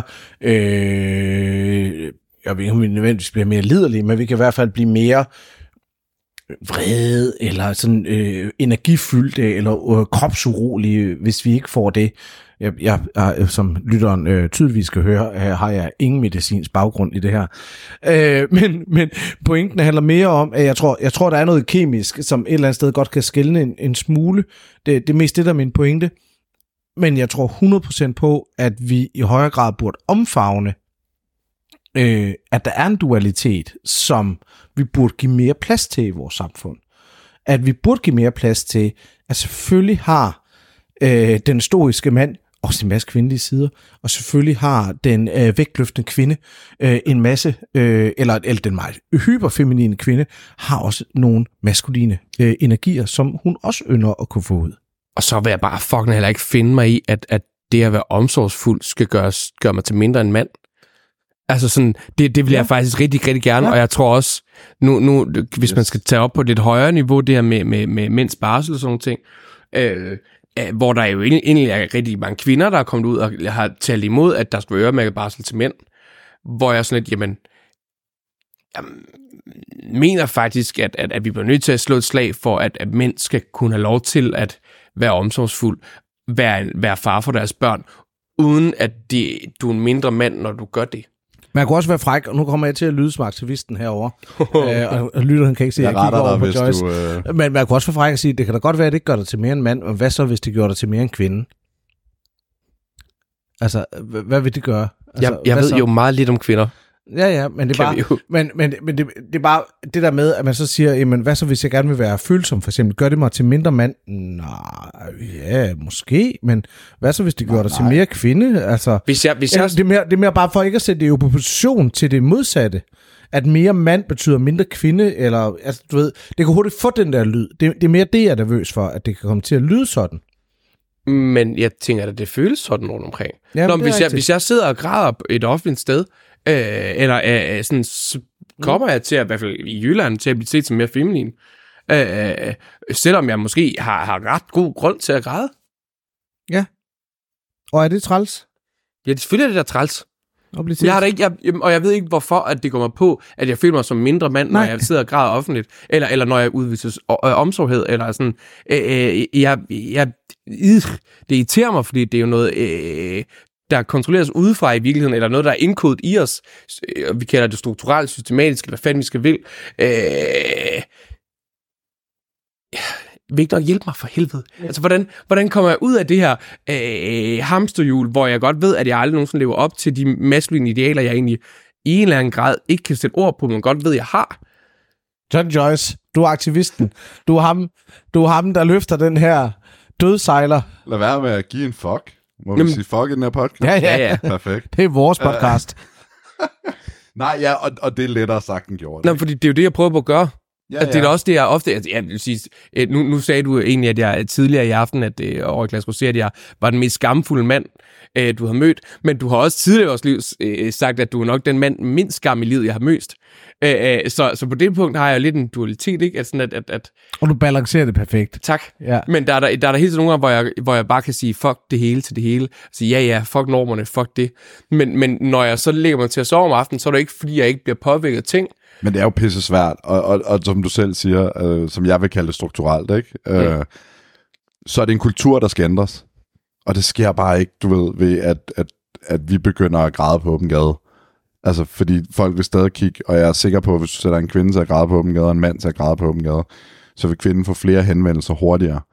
jeg ved ikke, om vi nødvendigvis bliver mere liderlige, men vi kan i hvert fald blive mere vrede, eller sådan energifyldte, eller kropsurolige, hvis vi ikke får det. Jeg som lytteren tydeligvis skal høre, har jeg ingen medicinsk baggrund i det her. Men pointen handler mere om, at jeg tror, der er noget kemisk, som et eller andet sted godt kan skelne en smule. Det er mest det, der er min pointe. Men jeg tror 100% på, at vi i højere grad burde omfavne, at der er en dualitet, som vi burde give mere plads til i vores samfund. At vi burde give mere plads til, at selvfølgelig har den stoiske mand også en masse kvindelige sider, og selvfølgelig har den vægtløftende kvinde en masse, eller den meget hyperfeminine kvinde, har også nogle maskuline energier, som hun også ynder at kunne få ud.
Og så vil jeg bare fucking heller ikke finde mig i, at det at være omsorgsfuld skal gøre mig til mindre end mand. Altså sådan, det vil jeg faktisk rigtig, rigtig gerne, og jeg tror også, nu hvis man skal tage op på et lidt højere niveau, det her med mænds barsel og sådan nogle ting, hvor der jo egentlig er rigtig mange kvinder, der er kommet ud og har talt imod, at der skal være øremærket barsel til mænd, hvor jeg sådan lidt, jeg mener faktisk, at vi bliver nødt til at slå et slag for, at mænd skal kunne have lov til at være omsorgsfuld, være far for deres børn, uden at du er en mindre mand, når du gør det.
Man kan også være fræk, og nu kommer jeg til at lyde som aktivisten herovre. Og lytteren kan ikke se, at jeg kigger over på Joyce. Men man kan også være fræk og sige, det kan da godt være, at det ikke gør dig til mere en mand, og hvad så, hvis det gør dig til mere en kvinde? Altså, hvad vil det gøre? Altså,
jeg ved jo meget lidt om kvinder.
Ja, men det er bare, men det er bare det der med, at man så siger, jamen, hvad så hvis jeg gerne vil være følsom, for eksempel, gør det mig til mindre mand? Nej, ja, måske, men hvad så hvis det gør dig til mere kvinde? Altså,
hvis jeg...
det er mere bare for ikke at sætte det i opposition til det modsatte, at mere mand betyder mindre kvinde, eller, altså, du ved, det kan hurtigt få den der lyd. Det er mere det, jeg er nervøs for, at det kan komme til at lyde sådan. Men
jeg tænker, at det føles sådan rundt omkring.
Jamen,
hvis jeg sidder og græder et offentligt sted, sådan, så kommer jeg til at, i hvert fald i Jylland, til at blive set som mere feminin. Selvom jeg måske har ret god grund til at græde.
Ja. Og er det træls?
Ja, det selvfølgelig er det der træls. Jeg har da ikke, og jeg ved ikke, hvorfor at det går mig på, at jeg føler mig som mindre mand, når jeg sidder og græder offentligt, eller når jeg udviser omsorghed, eller sådan. Det irriterer mig, fordi det er jo noget... der kontrolleres udefra i virkeligheden, eller noget, der er indkodet i os. Vi kalder det strukturelt, systematisk, eller hvad fanden vi skal vil. Vil ikke nok hjælpe mig for helvede? Altså, hvordan kommer jeg ud af det her hamsterhjul, hvor jeg godt ved, at jeg aldrig nogensinde lever op til de maskuline idealer, jeg egentlig i en eller anden grad ikke kan sætte ord på, men godt ved, jeg har?
John Joyce, du er aktivisten. Du er ham, der løfter den her dødsejler.
Lad være med at give en fuck. Må vi sige fuck i den her podcast?
Ja.
Perfekt.
Det er vores podcast.
Nej, ja, og det er lettere sagt end gjort.
Nå, fordi det er jo det, jeg prøver på at gøre.
Ja.
Det er også det, jeg ofte... Jeg vil sige, nu sagde du egentlig, at jeg tidligere i aften, over i Klasse Rosé, at jeg var den mest skamfulde mand, du har mødt. Men du har også tidligere i vores liv sagt, at du er nok den mand mindst skam i livet, jeg har mødt. Så på det punkt har jeg lidt en dualitet, ikke? At
og du balancerer det perfekt.
Tak.
Ja.
Men der er der helt nogle gange, hvor jeg bare kan sige, fuck det hele til det hele. Sige, ja, fuck normerne, fuck det. Men når jeg så lægger mig til at sove om aftenen, så er det ikke, fordi jeg ikke bliver påvirket af ting.
Men det er jo pisse svært, og som du selv siger, som jeg vil kalde det strukturelt, ikke? Så er det en kultur, der skal ændres. Og det sker bare ikke, du ved, ved at vi begynder at græde på åben gade. Altså, fordi folk vil stadig kigge, og jeg er sikker på, at hvis du sætter en kvinde til at græde på åben gade, og en mand til at græde på åben gade, så vil kvinden få flere henvendelser hurtigere.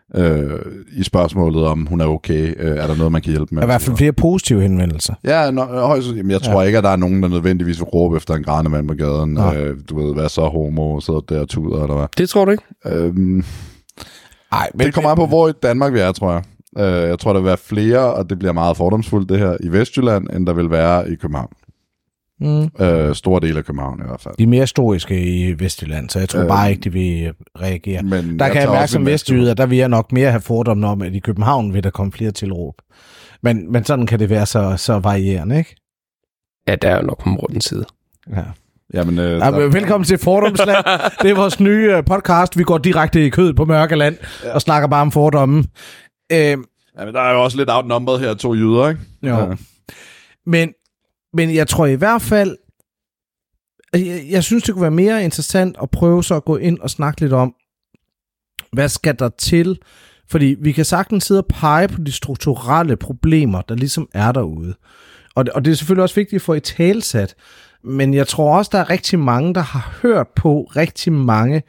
i spørgsmålet om, hun er okay. Er der noget, man kan hjælpe med?
I hvert fald flere positive henvendelser.
Ja, men jeg tror ikke, at der er nogen, der nødvendigvis vil råbe efter en grædende mand på gaden. Du ved, hvad så homo, sidder der og tuder, eller hvad?
Det tror du ikke?
Ej, men
det kommer an på, hvor i Danmark vi er, tror jeg. Jeg tror, der vil være flere, og det bliver meget fordomsfuldt, det her, i Vestjylland, end der vil være i København. Store dele af København i hvert fald.
De er mere historiske i Vestjylland, så jeg tror bare ikke, de vil reagere.
Men
der kan jeg mærke som vestjyder, der vil jeg nok mere have fordomme om, at i København vil der komme flere tilråb. Men sådan kan det være så varierende, ikke?
Ja, der er jo nok på Mortens side.
Ja.
Jamen,
velkommen til Fordomsland. Det er vores nye podcast. Vi går direkte i kødet på Mørkeland og snakker bare om fordomme.
Men der er jo også lidt outnumbered her, 2 jyder, ikke?
Jo. Men jeg tror i hvert fald, jeg synes, det kunne være mere interessant at prøve så at gå ind og snakke lidt om, hvad skal der til? Fordi vi kan sagtens sidde og pege på de strukturelle problemer, der ligesom er derude. Og det er selvfølgelig også vigtigt at få italesat, men jeg tror også, der er rigtig mange, der har hørt på rigtig mange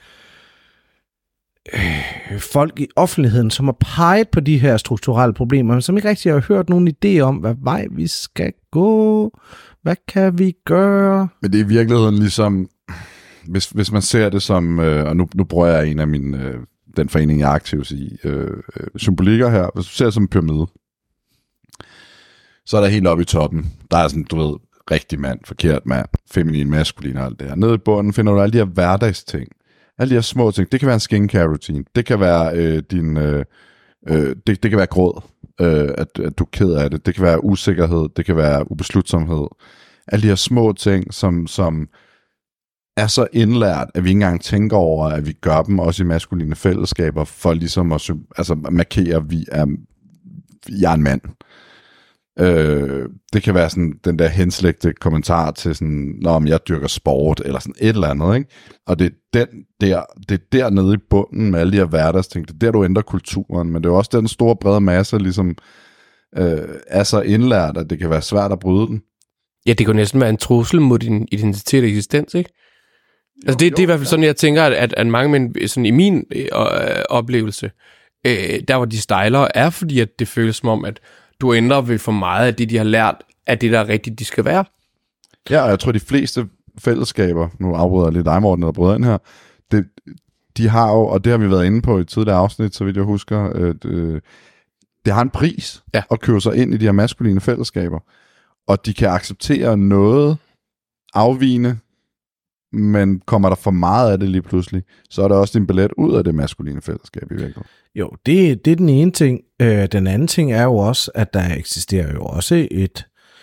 folk i offentligheden, som har peget på de her strukturelle problemer, men som ikke rigtig har hørt nogen idé om, hvad vej vi skal gå, hvad kan vi gøre? Men
det er i virkeligheden ligesom, hvis man ser det som, og nu bruger jeg en af mine, den forening, jeg er aktiv i, symbolikker her, hvis du ser det som en pyramide, så er der helt oppe i toppen, der er sådan, du ved, rigtig mand, forkert mand, feminin, maskulin og alt det her. Nede i bunden finder du alle de her hverdagsting. Alle de her små ting. Det kan være en skincare routine. Det kan være det kan være gråd, at du er ked af det. Det kan være usikkerhed. Det kan være ubeslutsomhed. Alle de her små ting, som er så indlært, at vi ikke engang tænker over, at vi gør dem også i maskuline fællesskaber, for ligesom at markere, at jeg er en mand. Det kan være sådan den der henslægte kommentar til sådan, om jeg dyrker sport, eller sådan et eller andet, ikke? Og det er dernede i bunden med alle de her hverdagsting, det er der, du ændrer kulturen, men det er også den store brede masse, ligesom er så indlært, at det kan være svært at bryde den.
Ja, det kan næsten være en trussel mod din identitet og eksistens, ikke? Altså det er i hvert fald sådan, jeg tænker, at mange mænd, sådan i min oplevelse, der hvor de stejler, er fordi, at det føles som om, at du ændrer ved for meget af det, de har lært, af det, der er rigtigt, de skal være.
Ja, og jeg tror, de fleste fællesskaber, nu afbryder jeg lidt dig, Morten, eller bryder ind her, de har jo, og det har vi været inde på i et tidligere afsnit, så vidt jeg husker, det har en pris at købe sig ind i de her maskuline fællesskaber, og de kan acceptere noget afvigende, men kommer der for meget af det lige pludselig, så er der også en billet ud af det maskuline fællesskab i virkeligheden.
Jo, det er den ene ting. Den anden ting er jo også, at der eksisterer jo også et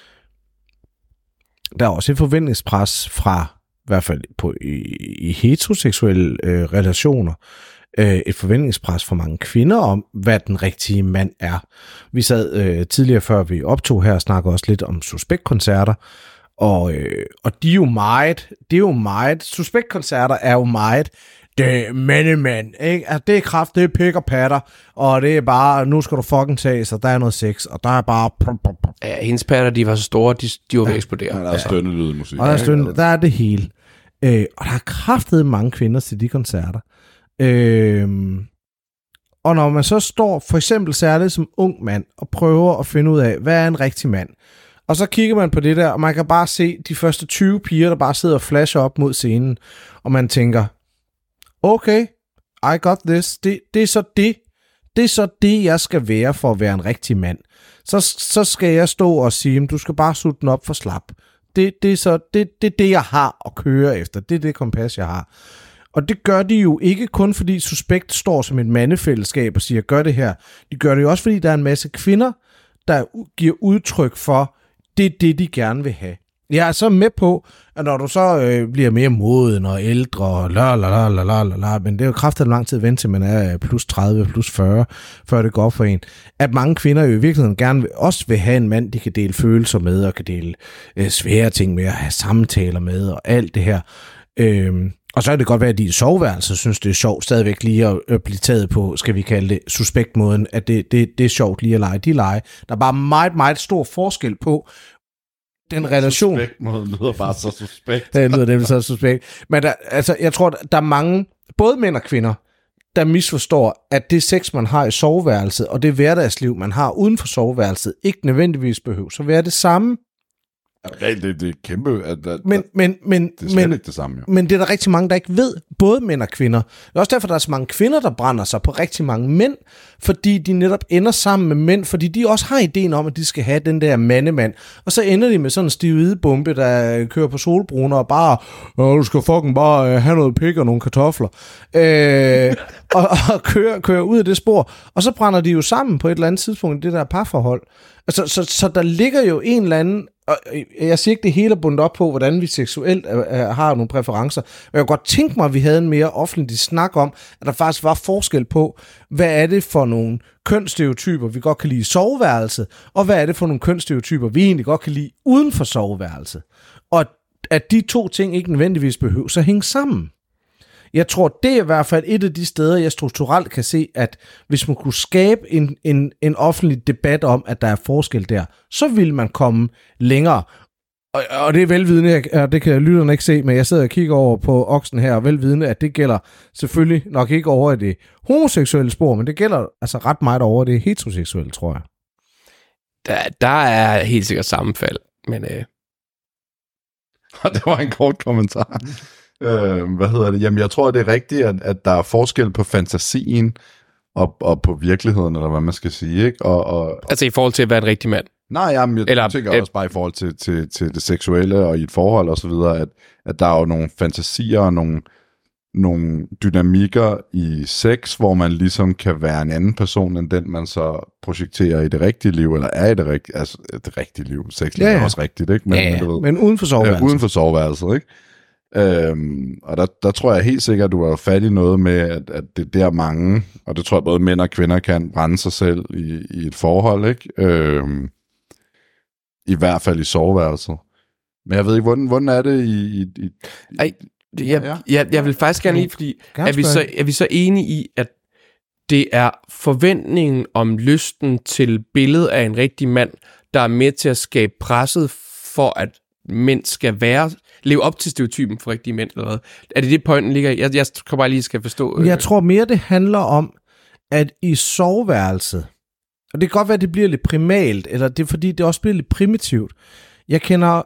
forventningspres fra, i hvert fald i heteroseksuelle relationer, et forventningspres fra mange kvinder om, hvad den rigtige mand er. Vi sad tidligere, før vi optog her, og snakkede også lidt om suspektkoncerter, og de er jo meget, suspektkoncerter er jo meget, det er mandemand, ikke? Altså, det er kraft, det er pik og patter, og det er bare, nu skal du fucking tage, så der er noget sex, og der er bare...
Ja, hendes patter, de var så store, de var ved at eksplodere.
Ja, der er stønnelyd i musik.
Og der er det hele. Og der er kraftet mange kvinder til de koncerter. Og når man så står, for eksempel særligt som ung mand, og prøver at finde ud af, hvad er en rigtig mand, og så kigger man på det der, og man kan bare se de første 20 piger, der bare sidder og flasher op mod scenen, og man tænker, okay, I got this. Det er så det, jeg skal være for at være en rigtig mand. Så skal jeg stå og sige, du skal bare sutte den op for slap. Det er det, jeg har at køre efter. Det er det kompas, jeg har. Og det gør de jo ikke kun, fordi Suspekt står som et mandefællesskab og siger, gør det her. De gør det jo også, fordi der er en masse kvinder, der giver udtryk for, det er det, de gerne vil have. Jeg er så med på, at når du så bliver mere moden og ældre, og men det er jo kraftigt lang tid at vente til, man er plus 30, plus 40, før det går op for en, at mange kvinder jo i virkeligheden gerne også vil have en mand, de kan dele følelser med, og kan dele svære ting med, og have samtaler med, og alt det her. Og så er det godt være, at de i soveværelset synes, det er sjovt stadigvæk lige at blive taget på, skal vi kalde det, suspektmåden, at det er sjovt lige at lege de lege. Der er bare meget, meget stor forskel på den relation.
Suspektmåden lyder bare så suspekt.
Det lyder nemlig så suspekt. Men jeg tror, der er mange, både mænd og kvinder, der misforstår, at det sex, man har i soveværelset, og det hverdagsliv, man har uden for soveværelset, ikke nødvendigvis behøver at være det samme.
Det er kæmpe...
Men,
det er slet ikke det samme, jo.
Men det er der rigtig mange, der ikke ved, både mænd og kvinder. Det er også derfor, der er så mange kvinder, der brænder sig på rigtig mange mænd, fordi de netop ender sammen med mænd, fordi de også har ideen om, at de skal have den der mandemand. Og så ender de med sådan en stivide-bombe, der kører på solbruner og bare, du skal fucking bare have noget pik og nogle kartofler. Og kører ud af det spor. Og så brænder de jo sammen på et eller andet tidspunkt i det der parforhold. Altså, så der ligger jo en eller anden, og jeg siger ikke, det hele er bundet op på, hvordan vi seksuelt har nogle præferencer, men jeg kunne godt tænke mig, at vi havde en mere offentlig snak om, at der faktisk var forskel på, hvad er det for nogle kønsstereotyper, vi godt kan lide i soveværelset, og hvad er det for nogle kønsstereotyper, vi egentlig godt kan lide uden for soveværelset. Og at de to ting ikke nødvendigvis behøver at hænge sammen. Jeg tror, det er i hvert fald et af de steder, jeg strukturelt kan se, at hvis man kunne skabe en offentlig debat om, at der er forskel der, så vil man komme længere. Og det er velvidende, og det kan lytterne ikke se, men jeg sidder og kigger over på oksen her, og velvidende, at det gælder selvfølgelig nok ikke over i det homoseksuelle spor, men det gælder altså ret meget over det heteroseksuelle, tror jeg.
Der er helt sikkert sammenfald, men...
Det var en kort kommentar. Hvad hedder det? Jamen, jeg tror, det er rigtigt, at der er forskel på fantasien og på virkeligheden, eller hvad man skal sige, ikke?
Altså i forhold til at være en rigtig mand?
Nej, jamen, jeg tænker også bare i forhold til det seksuelle og i et forhold og så videre, at der er jo nogle fantasier og nogle dynamikker i sex, hvor man ligesom kan være en anden person, end den man så projekterer i det rigtige liv, eller er i det rigtige, altså det rigtige liv. Sexliv er også rigtigt, ikke?
Men uden for soveværelset.
Uden for soveværelset, ikke? Og der tror jeg helt sikkert, at du er fat i noget med, at det der mange, og det tror jeg både mænd og kvinder kan brænde sig selv i et forhold, ikke? I hvert fald i soveværelset. Men jeg ved ikke, hvordan er det
Jeg vil faktisk gerne lige, fordi er vi så enige i, at det er forventningen om lysten til billedet af en rigtig mand, der er med til at skabe presset for, at mænd skal leve op til stereotypen for rigtige mænd, eller hvad? Er det pointen ligger i? Jeg kan bare lige skal forstå.
Jeg tror mere, det handler om, at i soveværelset, og det kan godt være, at det bliver lidt primalt, eller det er fordi, det også bliver lidt primitivt. Jeg kender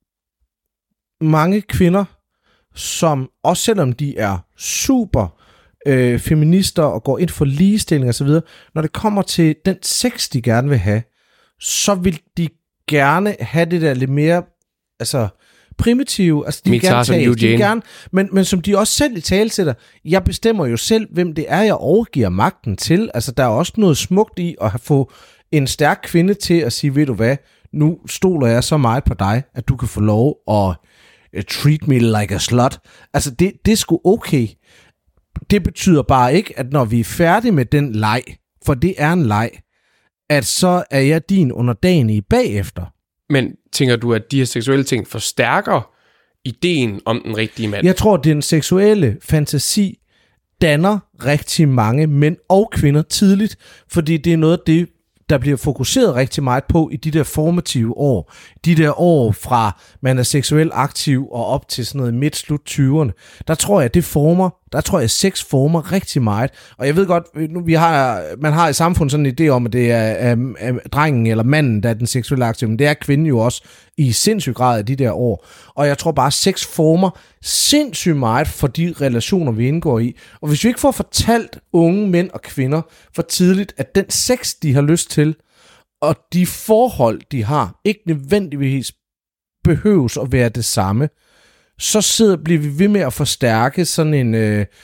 mange kvinder, som også selvom de er super feminister og går ind for ligestilling osv., når det kommer til den sex, de gerne vil have, så vil de gerne have det der lidt mere altså primitive, altså de vil gerne, men som de også selv i tale sætter, jeg bestemmer jo selv, hvem det er, jeg overgiver magten til. Altså der er også noget smukt i at få en stærk kvinde til at sige, ved du hvad, nu stoler jeg så meget på dig, at du kan få lov at treat me like a slut. Altså det er sgu okay. Det betyder bare ikke, at når vi er færdige med den leg, for det er en leg, at så er jeg din underdanige bagefter.
Men tænker du, at de her seksuelle ting forstærker ideen om den rigtige mand?
Jeg tror, at den seksuelle fantasi danner rigtig mange mænd og kvinder tidligt, fordi det er noget af det, der bliver fokuseret rigtig meget på i de der formative år. De der år fra, man er seksuelt aktiv og op til sådan noget midt-slut 20'erne. Der tror jeg, sex former rigtig meget. Og jeg ved godt, man har i samfundet sådan en idé om, at det er drengen eller manden, der er den seksuelle aktive, men det er kvinden jo også i sindssyg grad af de der år. Og jeg tror bare, sex former sindssygt meget for de relationer, vi indgår i. Og hvis vi ikke får fortalt unge mænd og kvinder for tidligt, at den sex, de har lyst til, og de forhold, de har, ikke nødvendigvis behøves at være det samme, så bliver vi ved med at forstærke sådan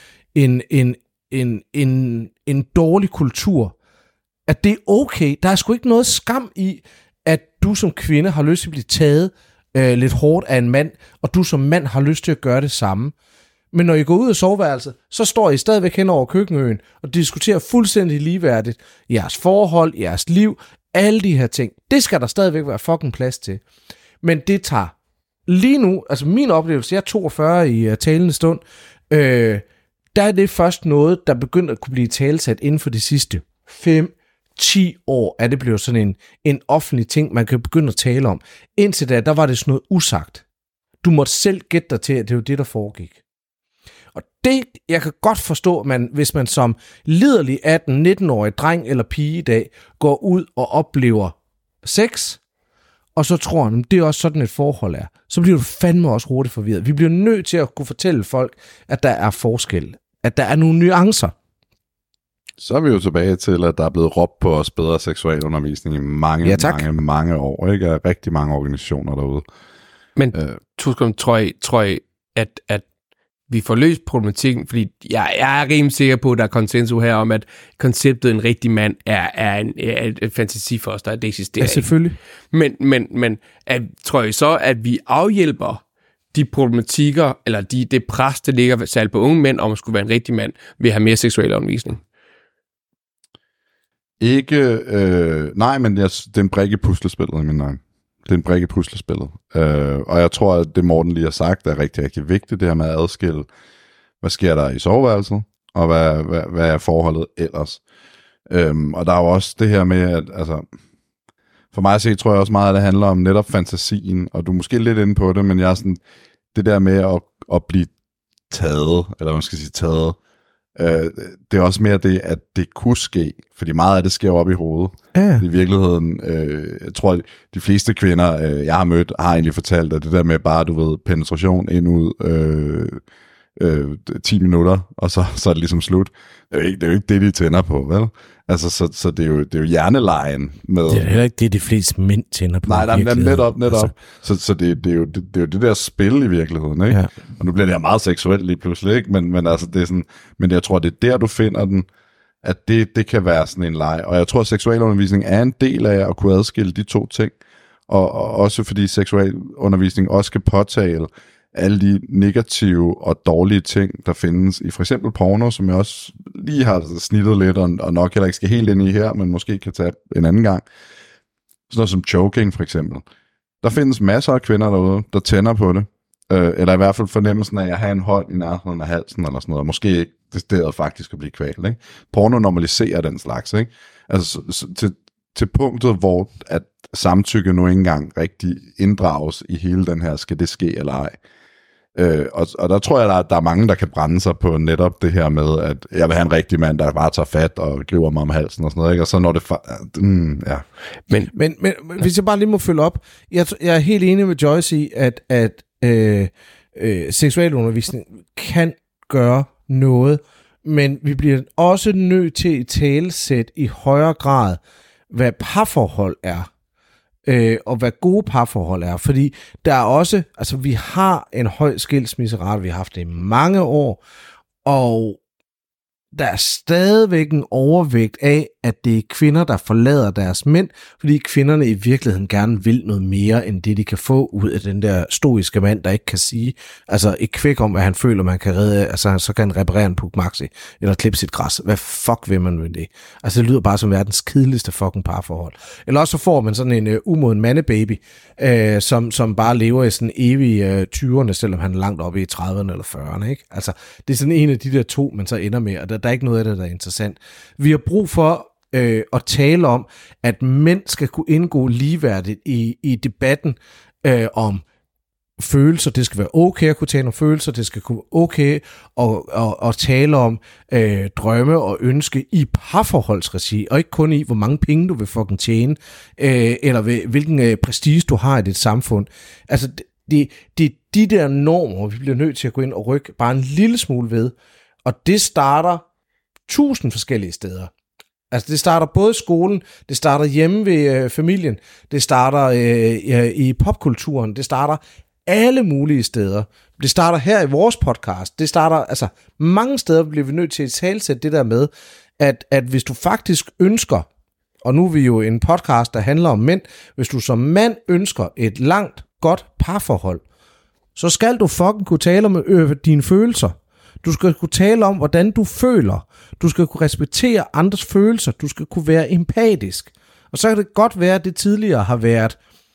en dårlig kultur. At det er okay. Der er sgu ikke noget skam i, at du som kvinde har lyst til at blive taget lidt hårdt af en mand, og du som mand har lyst til at gøre det samme. Men når I går ud af soveværelset, så står I stadigvæk hen over køkkenøen og diskuterer fuldstændig ligeværdigt jeres forhold, jeres liv, alle de her ting. Det skal der stadigvæk være fucking plads til. Men det tager lige nu, altså min oplevelse, jeg er 42 i talende stund, der er det først noget, der begynder at kunne blive talsat inden for de sidste 5-10 år, er det blevet sådan en offentlig ting, man kan begynde at tale om. Indtil da, der var det sådan noget usagt. Du måtte selv gætte dig til, at det var det, der foregik. Og det, jeg kan godt forstå, at hvis man som liderlig 18-19-årig dreng eller pige i dag går ud og oplever sex, og så tror han, det er også sådan et forhold er, så bliver du fandme også hurtigt forvirret. Vi bliver nødt til at kunne fortælle folk, at der er forskel, at der er nogle nuancer.
Så er vi jo tilbage til, at der er blevet råbt på os bedre seksualundervisning i mange år, ikke? Af rigtig mange organisationer derude.
Men Tuskum, tror jeg, at vi får løst problematikken, fordi jeg er rimelig sikker på, at der er konsensus her om, at konceptet en rigtig mand er et fantasifoster, at det eksisterer.
Ja, selvfølgelig.
Men tror jeg så, at vi afhjælper de problematikker, eller det pres, der ligger særligt på unge mænd, om at skulle være en rigtig mand, ved at have mere seksuel undervisning?
Ikke, nej, men det er en brik i puslespillet i min øjne. Det er en brik i puslespillet. Og jeg tror, at det Morten lige har sagt, er rigtig, rigtig vigtigt, det her med at adskille, hvad sker der i soveværelset, og hvad er forholdet ellers. Og der er jo også det her med, at altså, for mig at se, tror jeg også meget, at det handler om netop fantasien, og du er måske lidt inde på det, men jeg er sådan, det der med at blive taget, eller man skal sige taget, det er også mere det, at det kunne ske, fordi meget af det sker op i hovedet.
Ja.
I virkeligheden, jeg tror, de fleste kvinder, jeg har mødt, har egentlig fortalt, at det der med bare, du ved, penetration ind ud 10 minutter, og så er det ligesom slut. Det er jo ikke det, de tænder på, vel? Altså, så det er jo hjernelejen med...
Det er heller ikke det, de fleste mænd tænder på.
Nej, netop. Altså. Så det er jo det der spil i virkeligheden, ikke? Ja. Og nu bliver det meget seksuelt lige pludselig, ikke? Men altså, det er sådan... Men jeg tror, det er der, du finder den, at det kan være sådan en leg. Og jeg tror, at seksualundervisning er en del af at kunne adskille de to ting. Og også fordi seksualundervisning også skal påtale alle de negative og dårlige ting, der findes i for eksempel porno, som jeg også lige har snittet lidt, og nok heller ikke skal helt ind i her, men måske kan tage en anden gang. Sådan noget som choking for eksempel. Der findes masser af kvinder derude, der tænder på det, eller i hvert fald fornemmelsen af at have en hånd i nærheden af halsen, eller sådan noget, måske ikke det faktisk at blive kvalt, ikke? Porno normaliserer den slags, ikke? Altså til punktet, hvor at samtykke nu ikke engang rigtig inddrages i hele den her, skal det ske eller ej. Og der tror jeg, at der er mange, der kan brænde sig på netop det her med, at jeg vil have en rigtig mand, der bare tager fat og griber mig om halsen og sådan noget, ikke? Og så når det... ja.
Men hvis jeg bare lige må følge op, jeg er helt enig med Joyce i, at seksualundervisning kan gøre noget, men vi bliver også nødt til at talesætte i højere grad, hvad parforhold er. Og hvad gode parforhold er, fordi der er også, altså vi har en høj skilsmisserate, vi har haft det i mange år, og der er stadigvæk en overvægt af, at det er kvinder, der forlader deres mænd, fordi kvinderne i virkeligheden gerne vil noget mere, end det de kan få ud af den der stoiske mand, der ikke kan sige, altså et kvæk om, at han føler, man kan redde, altså så kan han reparere en Puk Maxi, eller klippe sit græs. Hvad fuck vil man med det? Altså det lyder bare som verdens kedeligste fucking parforhold. Eller også så får man sådan en umoden mandebaby, som bare lever i sådan evig 20'erne, selvom han er langt oppe i 30'erne eller 40'erne, ikke? Altså det er sådan en af de der to, man så ender med, og der er ikke noget af det, der er interessant. Vi har brug for at tale om, at mænd skal kunne indgå ligeværdigt i debatten om følelser. Det skal være okay at kunne tale om følelser. Det skal kunne okay at tale om drømme og ønske i parforholdsregi, og ikke kun i, hvor mange penge du vil fucking tjene, eller hvilken prestige du har i dit samfund. Altså, det er de der normer, vi bliver nødt til at gå ind og rykke bare en lille smule ved, og det starter 1000 forskellige steder. Altså det starter både i skolen, det starter hjemme ved familien, det starter i popkulturen, det starter alle mulige steder. Det starter her i vores podcast, det starter, altså mange steder bliver vi nødt til at talsætte det der med, at hvis du faktisk ønsker, og nu er vi jo en podcast, der handler om mænd, hvis du som mand ønsker et langt, godt parforhold, så skal du fucking kunne tale om dine følelser. Du skal kunne tale om, hvordan du føler. Du skal kunne respektere andres følelser. Du skal kunne være empatisk. Og så kan det godt være, at det tidligere har været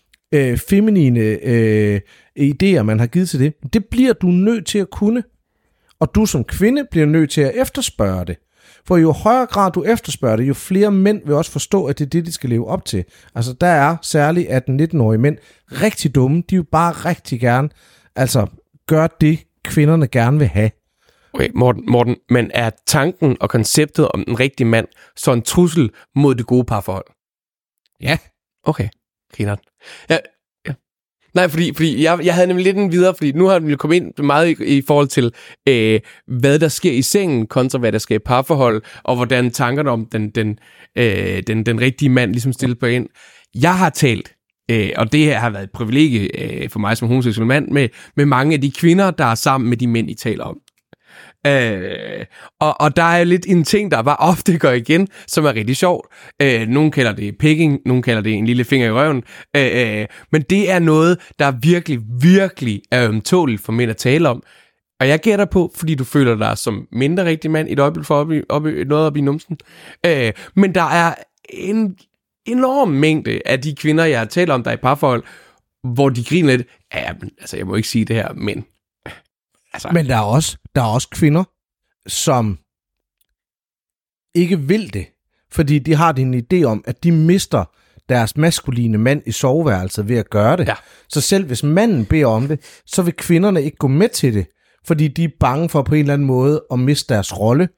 feminine idéer, man har givet til det. Det bliver du nødt til at kunne. Og du som kvinde bliver nødt til at efterspørge det. For jo højere grad du efterspørger det, jo flere mænd vil også forstå, at det er det, de skal leve op til. Altså der er særligt 18-19-årige mænd rigtig dumme. De vil bare rigtig gerne gøre det, kvinderne gerne vil have.
Okay, Morten, men er tanken og konceptet om den rigtige mand så en trussel mod det gode parforhold?
Ja.
Okay, griner. Ja. Nej, fordi jeg havde nemlig lidt en videre, fordi nu har vi kommet ind meget i forhold til, hvad der sker i sengen, kontra hvad der sker i parforhold, og hvordan tankerne om den rigtige mand ligesom stillet på ind. Jeg har talt, og det har været et privilegie for mig som homoseksuel mand, med mange af de kvinder, der er sammen med de mænd, I taler om. Og der er lidt en ting, der bare ofte går igen, som er rigtig sjovt. Nogen kalder det pegging, nogen kalder det en lille finger i røven. Men det er noget, der virkelig, virkelig er ømtåligt for mænd at tale om. Og jeg gætter på, fordi du føler dig som mindre rigtig mand i et øjeblik for noget op i numsen. Men der er en enorm mængde af de kvinder, jeg har talt om, der er i parforhold, hvor de griner lidt. Ja, men altså, jeg må ikke sige det her, men... Altså.
Men der er også kvinder, som ikke vil det, fordi de har en idé om, at de mister deres maskuline mand i soveværelset ved at gøre det.
Ja.
Så selv hvis manden beder om det, så vil kvinderne ikke gå med til det, fordi de er bange for på en eller anden måde at miste deres rolle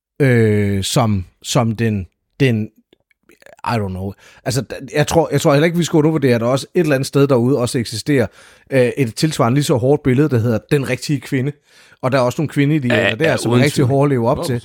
som den I don't know. Altså, jeg tror heller ikke, vi skal undervurdere, at der også et eller andet sted derude også eksisterer et tilsvarende lige så hårdt billede, der hedder den rigtige kvinde. Og der er også nogle kvindeidealer der, som er rigtig hårde at leve op til.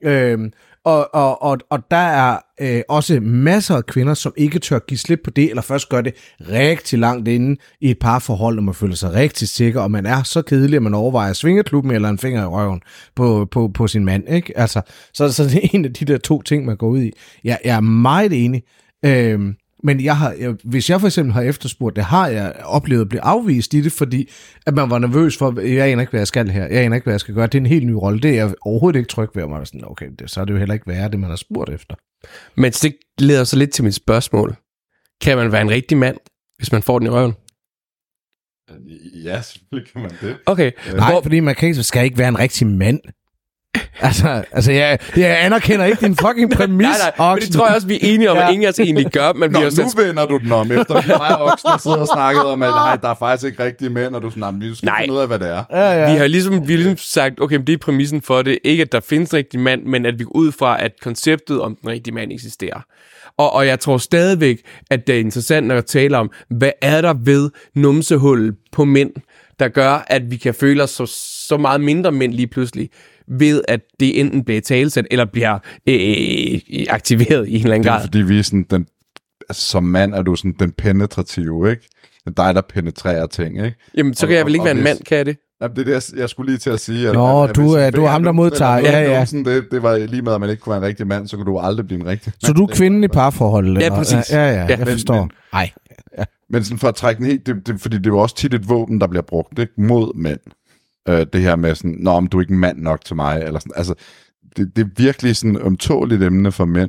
Og der er også masser af kvinder, som ikke tør give slip på det, eller først gør det rigtig langt inde i et parforhold, når man føler sig rigtig sikker, og man er så kedelig, at man overvejer svingerklubben eller en finger i røven på sin mand, ikke? Altså, så det er en af de der to ting, man går ud i. Jeg er meget enig, men hvis jeg for eksempel har efterspurgt, det har jeg oplevet at blive afvist i det, fordi at man var nervøs for, jeg aner ikke, hvad jeg skal her, jeg aner ikke, hvad jeg skal gøre, det er en helt ny rolle, det er jeg overhovedet ikke tryg ved, og man er sådan, okay, så er det jo heller ikke værre, det man har spurgt efter.
Men det leder så lidt til mit spørgsmål. Kan man være en rigtig mand, hvis man får den i røven?
Ja, selvfølgelig kan man det.
Okay.
Nej, fordi man skal ikke være en rigtig mand. Altså jeg anerkender ikke din fucking præmis.
Nej, men det tror jeg også, vi er enige om, at ingen af os egentlig gør. Men
nu vender du den om, efter mig og Oksen sidder og snakket om, at nej, der er faktisk ikke rigtige mænd, og du sådan, vi skal finde ud af, hvad det er.
Ja. Vi har ligesom sagt, okay, det er præmissen for det. Ikke, at der findes en rigtig mand, men at vi går ud fra, at konceptet om den rigtige mand eksisterer. Og jeg tror stadigvæk, at det er interessant at tale om, hvad er der ved numsehullet på mænd, der gør, at vi kan føle os så meget mindre mænd lige pludselig, ved at det enten bliver talsat, eller bliver aktiveret i en eller anden grad.
Det er fordi, vi er sådan som mand er du sådan den penetrative, ikke? Det er dig, der penetrerer ting, ikke?
Jamen, så kan jeg vel ikke være en mand, kan jeg det?
Jamen, det er det, jeg skulle lige til at sige. At,
du er ham, der modtager. Ja.
Det var lige med, at man ikke kunne være en rigtig mand, så kunne du aldrig blive en rigtig mand.
Så du er kvinden i parforholdet?
Ja, præcis.
Ja, jeg forstår. Nej.
Ja. Men sådan for at trække den helt, fordi det er jo også tit et våben, der bliver brugt, ikke? Mod mænd. Det her med sådan, nå, om du er ikke mand nok til mig, eller sådan, altså, det er virkelig sådan ømtåligt emne for mænd.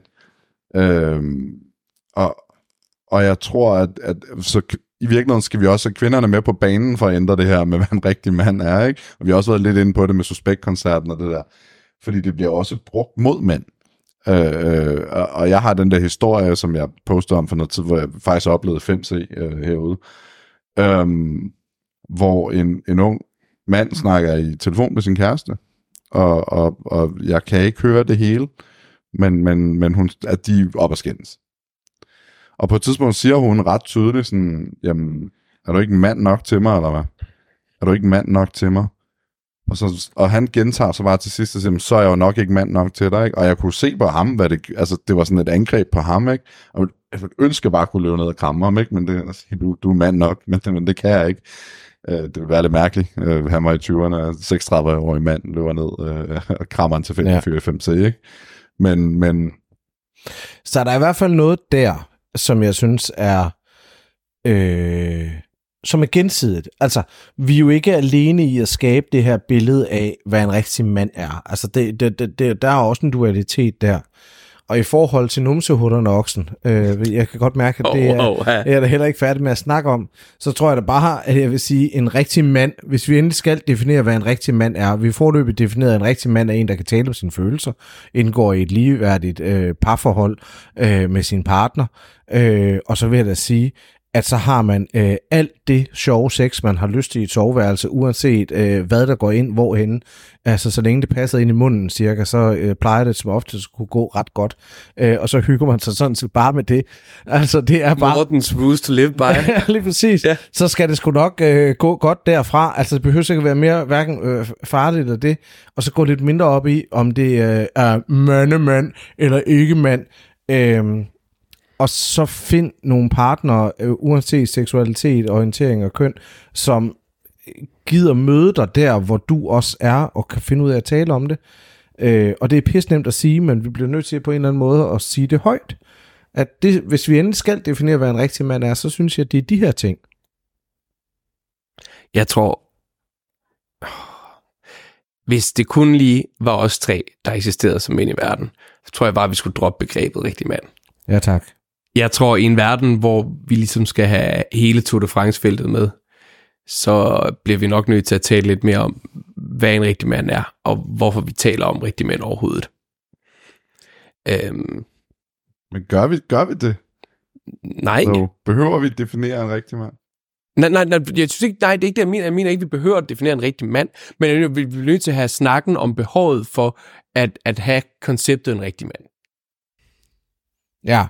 Og jeg tror, at så i virkeligheden skal vi også have kvinderne med på banen for at ændre det her med, hvad en rigtig mand er, ikke? Og vi har også været lidt inde på det med Suspekt-koncerten og det der, fordi det bliver også brugt mod mænd. Og jeg har den der historie, som jeg postede om for noget tid, hvor jeg faktisk oplevede 5C herude, hvor en ung mand snakker i telefon med sin kæreste, og jeg kan ikke høre det hele, men hun, at de er op og skændes. Og på et tidspunkt siger hun ret tydeligt sådan, jamen, er du ikke en mand nok til mig, eller hvad? Er du ikke en mand nok til mig? Og han gentager så bare til sidst og siger, så er jeg jo nok ikke mand nok til dig, ikke? Og jeg kunne se på ham, hvad det, altså det var sådan et angreb på ham, ikke? Og jeg ønsker bare at kunne løbe ned og kramme ham, ikke? Men det, altså, du er mand nok, men det kan jeg ikke. Det vil være lidt mærkeligt. Han var i 20'erne, 36-årig mand løber ned og krammer han til 5C, ikke? Men
så er der i hvert fald noget der, som jeg synes er som er gensidigt. Altså, vi er jo ikke alene i at skabe det her billede af, hvad en rigtig mand er. Altså, der er også en dualitet der. Og i forhold til numsehutterne og oksen, jeg kan godt mærke, at det er jeg da heller ikke færdig med at snakke om, så tror jeg da bare, at jeg vil sige, en rigtig mand, hvis vi endelig skal definere, hvad en rigtig mand er, vi foreløbig defineret, en rigtig mand er en, der kan tale om sine følelser, indgår i et ligeværdigt parforhold med sin partner, og så vil jeg da sige, at så har man alt det sjove sex, man har lyst til i et soveværelse, uanset hvad der går ind, hvorhenne. Altså, så længe det passer ind i munden cirka, så plejer det som ofte at kunne gå ret godt. Og så hygger man sig sådan set bare med det. Altså, det er bare...
Mortens rules to live by.
Ja, lige præcis. Ja. Så skal det sgu nok gå godt derfra. Altså, det behøver ikke at være mere hverken farligt eller det. Og så gå lidt mindre op i, om det er mand eller ikke mand. Og så find nogle partnere, uanset seksualitet, orientering og køn, som gider møde dig der, hvor du også er, og kan finde ud af at tale om det. Og det er pisse nemt at sige, men vi bliver nødt til på en eller anden måde at sige det højt. At det, hvis vi endelig skal definere, hvad en rigtig mand er, så synes jeg, at det er de her ting.
Jeg tror, hvis det kun lige var os tre, der eksisterede som mænd i verden, så tror jeg bare, at vi skulle droppe begrebet rigtig mand.
Ja, tak.
Jeg tror, i en verden, hvor vi ligesom skal have hele Tour de France-feltet med, så bliver vi nok nødt til at tale lidt mere om, hvad en rigtig mand er, og hvorfor vi taler om rigtig mænd overhovedet.
Men gør vi det?
Nej.
Så behøver vi definere en rigtig mand?
Nej, jeg synes ikke, det er ikke det, jeg mener. Jeg mener ikke, vi behøver at definere en rigtig mand, men vi bliver nødt til at have snakken om behovet for at have konceptet en rigtig mand.
Ja.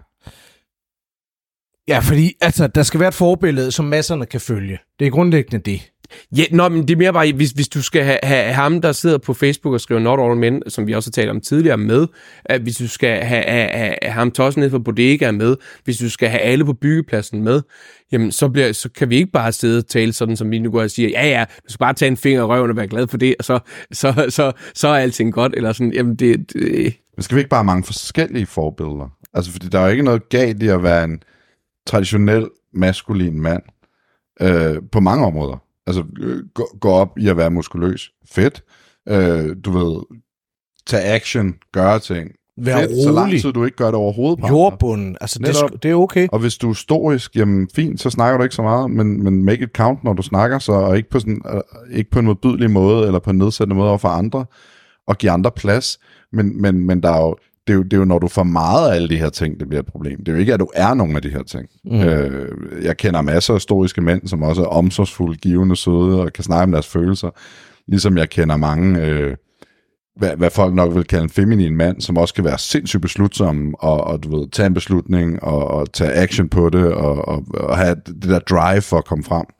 Ja, fordi altså, der skal være et forbillede, som masserne kan følge. Det er grundlæggende det.
Ja, men det er mere bare, hvis du skal have ham, der sidder på Facebook og skriver Not All Men, som vi også har talt om tidligere, med, hvis du skal have ham tossen ned fra bodega med, hvis du skal have alle på byggepladsen med, jamen så kan vi ikke bare sidde og tale sådan, som vi nu går og siger, ja, du skal bare tage en finger i røven og være glad for det, og så er alting godt, eller sådan, jamen det...
Men skal vi ikke bare have mange forskellige forbilleder? Altså, fordi der er jo ikke noget galt i at være en traditionel maskulin mand på mange områder. Altså, gå op i at være muskuløs. Fedt. Du ved, tage action, gøre ting.
Vær
fedt,
rolig.
Så lang tid du ikke gør det overhovedet.
Jordbunden. Altså, det er okay.
Og hvis du er stoisk, jamen fint, så snakker du ikke så meget, men make it count, når du snakker, så og ikke på en modbydelig måde, eller på en nedsættende måde over for andre, og give andre plads. Men der er jo, det er jo, når du får meget af alle de her ting, det bliver et problem. Det er jo ikke, at du er nogen af de her ting. Jeg kender masser af stoiske mænd, som også er omsorgsfulde, givende, søde, og kan snakke om deres følelser. Ligesom jeg kender mange, hvad folk nok vil kalde en feminin mand, som også kan være sindssygt beslutsom, og du ved, tage en beslutning, og tage action på det, og have det der drive for at komme frem.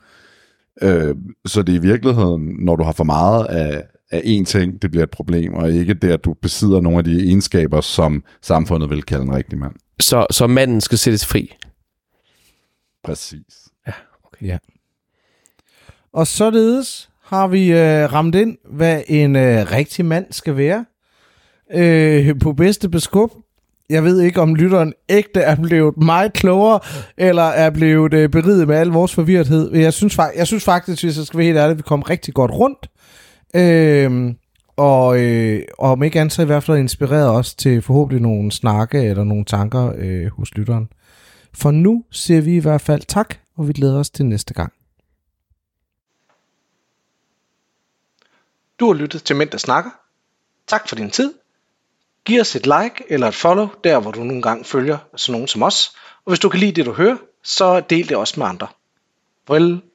Så det er i virkeligheden, når du har for meget af én ting, det bliver et problem, og ikke det, at du besidder nogle af de egenskaber, som samfundet vil kalde en rigtig mand.
Så manden skal sættes fri?
Præcis.
Ja, okay.
Ja. Og således har vi ramt ind, hvad en rigtig mand skal være. På bedste beskub. Jeg ved ikke, om lytteren ægte er blevet meget klogere, eller er blevet beriget med al vores forvirrethed. Jeg synes faktisk, hvis jeg skal være helt ærlig, at vi kom rigtig godt rundt. Og om ikke andet, så i hvert fald inspireret os til forhåbentlig nogle snakke eller nogle tanker hos lytteren. For nu siger vi i hvert fald tak, og vi glæder os til næste gang. Du har lyttet til Mænd, der snakker. Tak for din tid. Giv os et like eller et follow, der hvor du nogle gange følger sådan nogen som os. Og hvis du kan lide det, du hører, så del det også med andre. Farvel.